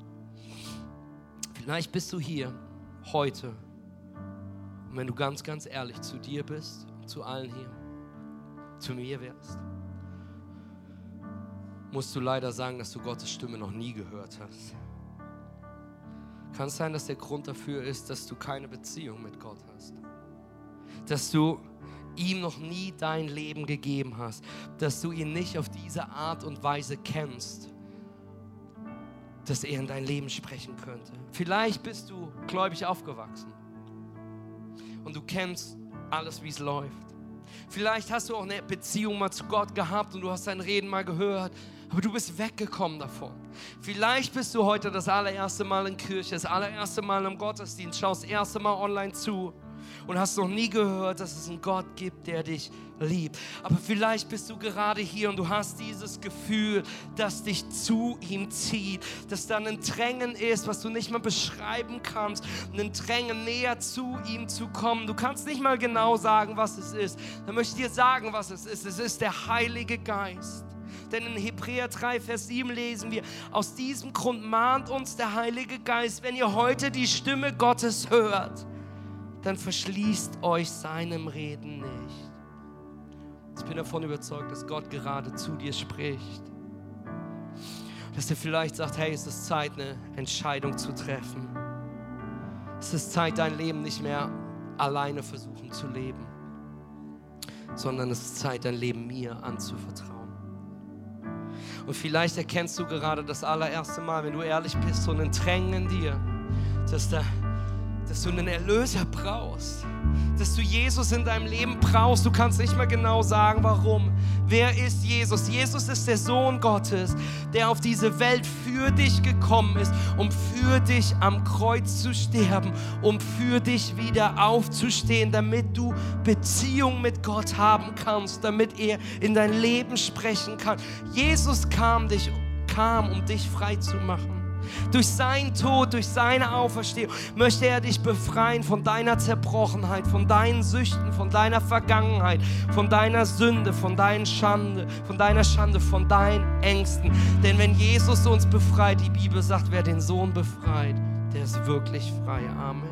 Vielleicht bist du hier heute und wenn du ganz, ganz ehrlich zu dir bist und zu allen hier, zu mir wärst, musst du leider sagen, dass du Gottes Stimme noch nie gehört hast. Kann es sein, dass der Grund dafür ist, dass du keine Beziehung mit Gott hast? Dass du ihm noch nie dein Leben gegeben hast, dass du ihn nicht auf diese Art und Weise kennst, dass er in dein Leben sprechen könnte. Vielleicht bist du gläubig aufgewachsen und du kennst alles, wie es läuft. Vielleicht hast du auch eine Beziehung mal zu Gott gehabt und du hast sein Reden mal gehört, aber du bist weggekommen davon. Vielleicht bist du heute das allererste Mal in Kirche, das allererste Mal im Gottesdienst, schaust das erste Mal online zu und hast noch nie gehört, dass es einen Gott gibt, der dich liebt. Aber vielleicht bist du gerade hier und du hast dieses Gefühl, das dich zu ihm zieht, dass da ein Drängen ist, was du nicht mal beschreiben kannst, ein Drängen näher zu ihm zu kommen. Du kannst nicht mal genau sagen, was es ist. Dann möchte ich dir sagen, was es ist. Es ist der Heilige Geist, Denn in Hebräer drei, Vers sieben lesen wir, aus diesem Grund mahnt uns der Heilige Geist, wenn ihr heute die Stimme Gottes hört, dann verschließt euch seinem Reden nicht. Ich bin davon überzeugt, dass Gott gerade zu dir spricht. Dass er vielleicht sagt, hey, es ist Zeit, eine Entscheidung zu treffen. Es ist Zeit, dein Leben nicht mehr alleine versuchen zu leben, sondern es ist Zeit, dein Leben mir anzuvertrauen. Und vielleicht erkennst du gerade das allererste Mal, wenn du ehrlich bist, so einen Drängen in dir, dass, da, dass du einen Erlöser brauchst, dass du Jesus in deinem Leben brauchst. Du kannst nicht mehr genau sagen, warum. Wer ist Jesus? Jesus ist der Sohn Gottes, der auf diese Welt für dich gekommen ist, um für dich am Kreuz zu sterben, um für dich wieder aufzustehen, damit du Beziehung mit Gott haben kannst, damit er in dein Leben sprechen kann. Jesus kam, dich, kam, um dich frei zu machen. Durch seinen Tod, durch seine Auferstehung möchte er dich befreien von deiner Zerbrochenheit, von deinen Süchten, von deiner Vergangenheit, von deiner Sünde, von deiner Schande, von deiner Schande, von deinen Ängsten. Denn wenn Jesus uns befreit, die Bibel sagt, wer den Sohn befreit, der ist wirklich frei. Amen.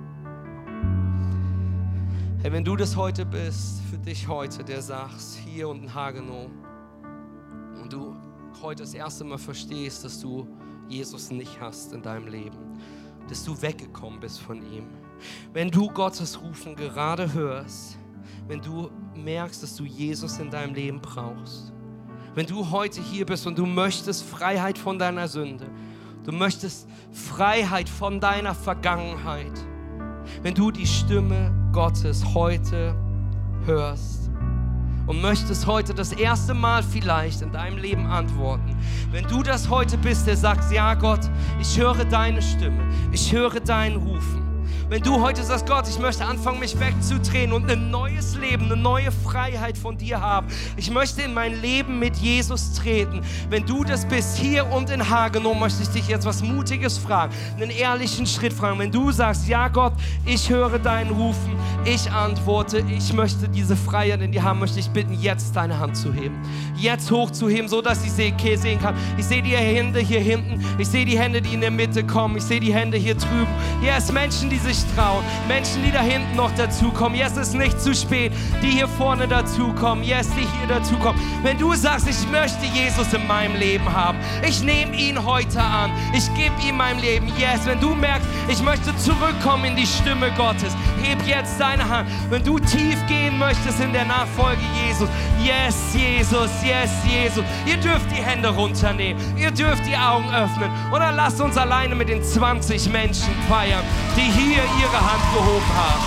Hey, wenn du das heute bist, für dich heute, der sagst, hier und in Hagenow, und du heute das erste Mal verstehst, dass du Jesus nicht hast in deinem Leben, dass du weggekommen bist von ihm. Wenn du Gottes Rufen gerade hörst, wenn du merkst, dass du Jesus in deinem Leben brauchst, wenn du heute hier bist und du möchtest Freiheit von deiner Sünde, du möchtest Freiheit von deiner Vergangenheit, wenn du die Stimme Gottes heute hörst, und möchtest heute das erste Mal vielleicht in deinem Leben antworten. Wenn du das heute bist, der sagt, ja Gott, ich höre deine Stimme, ich höre deinen Rufen. Wenn du heute sagst, Gott, ich möchte anfangen, mich wegzudrehen und ein neues Leben, eine neue Freiheit von dir haben. Ich möchte in mein Leben mit Jesus treten. Wenn du das bist, hier und in Hagenow, möchte ich dich jetzt was Mutiges fragen, einen ehrlichen Schritt fragen. Wenn du sagst, ja Gott, ich höre deinen Rufen, ich antworte, ich möchte diese Freiheit in dir haben, möchte ich bitten, jetzt deine Hand zu heben. Jetzt hochzuheben, so dass ich sehen kann. Ich sehe die Hände hier hinten, ich sehe die Hände, die in der Mitte kommen, ich sehe die Hände hier drüben. Hier ist Menschen, die sich trauen. Menschen, die da hinten noch dazukommen. Yes, es ist nicht zu spät. Die hier vorne dazukommen. Yes, die hier dazukommen. Wenn du sagst, ich möchte Jesus in meinem Leben haben. Ich nehme ihn heute an. Ich gebe ihm mein Leben. Yes, wenn du merkst, ich möchte zurückkommen in die Stimme Gottes. Heb jetzt deine Hand. Wenn du tief gehen möchtest in der Nachfolge Jesus. Yes, Jesus. Yes, Jesus. Ihr dürft die Hände runternehmen. Ihr dürft die Augen öffnen. Und dann lasst uns alleine mit den zwanzig Menschen feiern, die hier ihre Hand gehoben haben.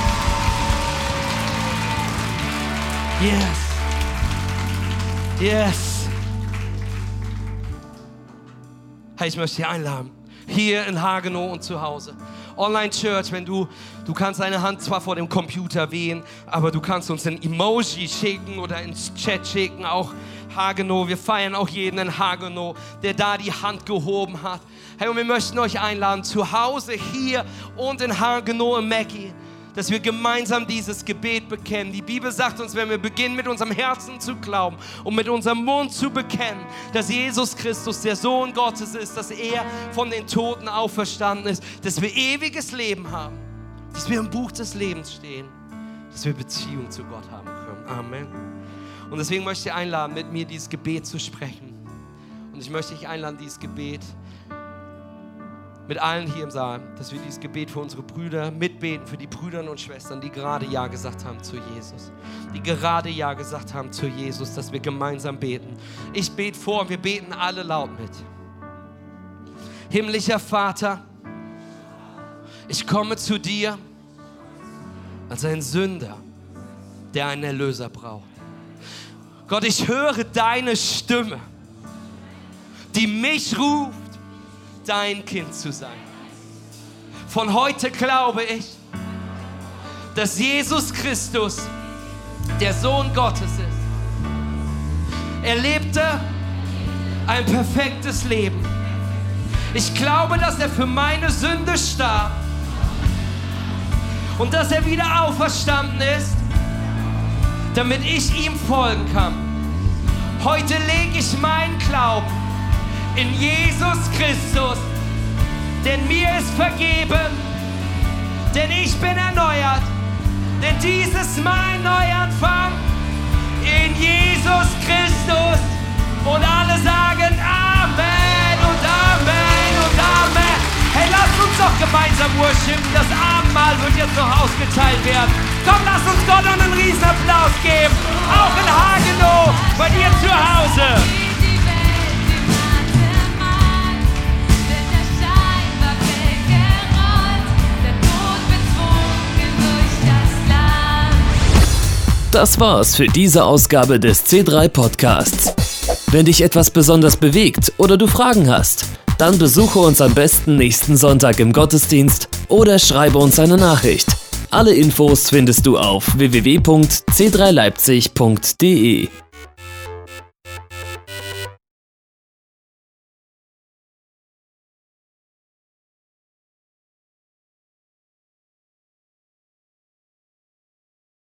Yes. Yes. Hey, ich möchte dich einladen. Hier in Hagenow und zu Hause. Online Church, wenn du, du kannst deine Hand zwar vor dem Computer wehen, aber du kannst uns ein Emoji schicken oder ins Chat schicken, auch Hagenow. Wir feiern auch jeden in Hagenow, der da die Hand gehoben hat. Hey, und wir möchten euch einladen, zu Hause, hier und in Hagenow im Mackie, dass wir gemeinsam dieses Gebet bekennen. Die Bibel sagt uns, wenn wir beginnen, mit unserem Herzen zu glauben und mit unserem Mund zu bekennen, dass Jesus Christus der Sohn Gottes ist, dass er von den Toten auferstanden ist, dass wir ewiges Leben haben, dass wir im Buch des Lebens stehen, dass wir Beziehung zu Gott haben können. Amen. Und deswegen möchte ich dich einladen, mit mir dieses Gebet zu sprechen. Und ich möchte dich einladen, dieses Gebet mit allen hier im Saal, dass wir dieses Gebet für unsere Brüder mitbeten, für die Brüder und Schwestern, die gerade Ja gesagt haben zu Jesus. Die gerade Ja gesagt haben zu Jesus, dass wir gemeinsam beten. Ich bete vor und wir beten alle laut mit. Himmlischer Vater, ich komme zu dir als ein Sünder, der einen Erlöser braucht. Gott, ich höre deine Stimme, die mich ruft, dein Kind zu sein. Von heute glaube ich, dass Jesus Christus der Sohn Gottes ist. Er lebte ein perfektes Leben. Ich glaube, dass er für meine Sünde starb und dass er wieder auferstanden ist, damit ich ihm folgen kann. Heute lege ich meinen Glauben in Jesus Christus, denn mir ist vergeben, denn ich bin erneuert, denn dies ist mein Neuanfang in Jesus Christus. Und alle sagen Amen und Amen und Amen. Hey, lasst uns doch gemeinsam worshipen. Das Abendmahl wird jetzt noch ausgeteilt werden. Komm, lasst uns Gott einen riesen Applaus geben. Auch in Hagenow, bei dir zu Hause. Das war's für diese Ausgabe des C drei Podcasts. Wenn dich etwas besonders bewegt oder du Fragen hast, dann besuche uns am besten nächsten Sonntag im Gottesdienst oder schreibe uns eine Nachricht. Alle Infos findest du auf w w w punkt c drei leipzig punkt d e.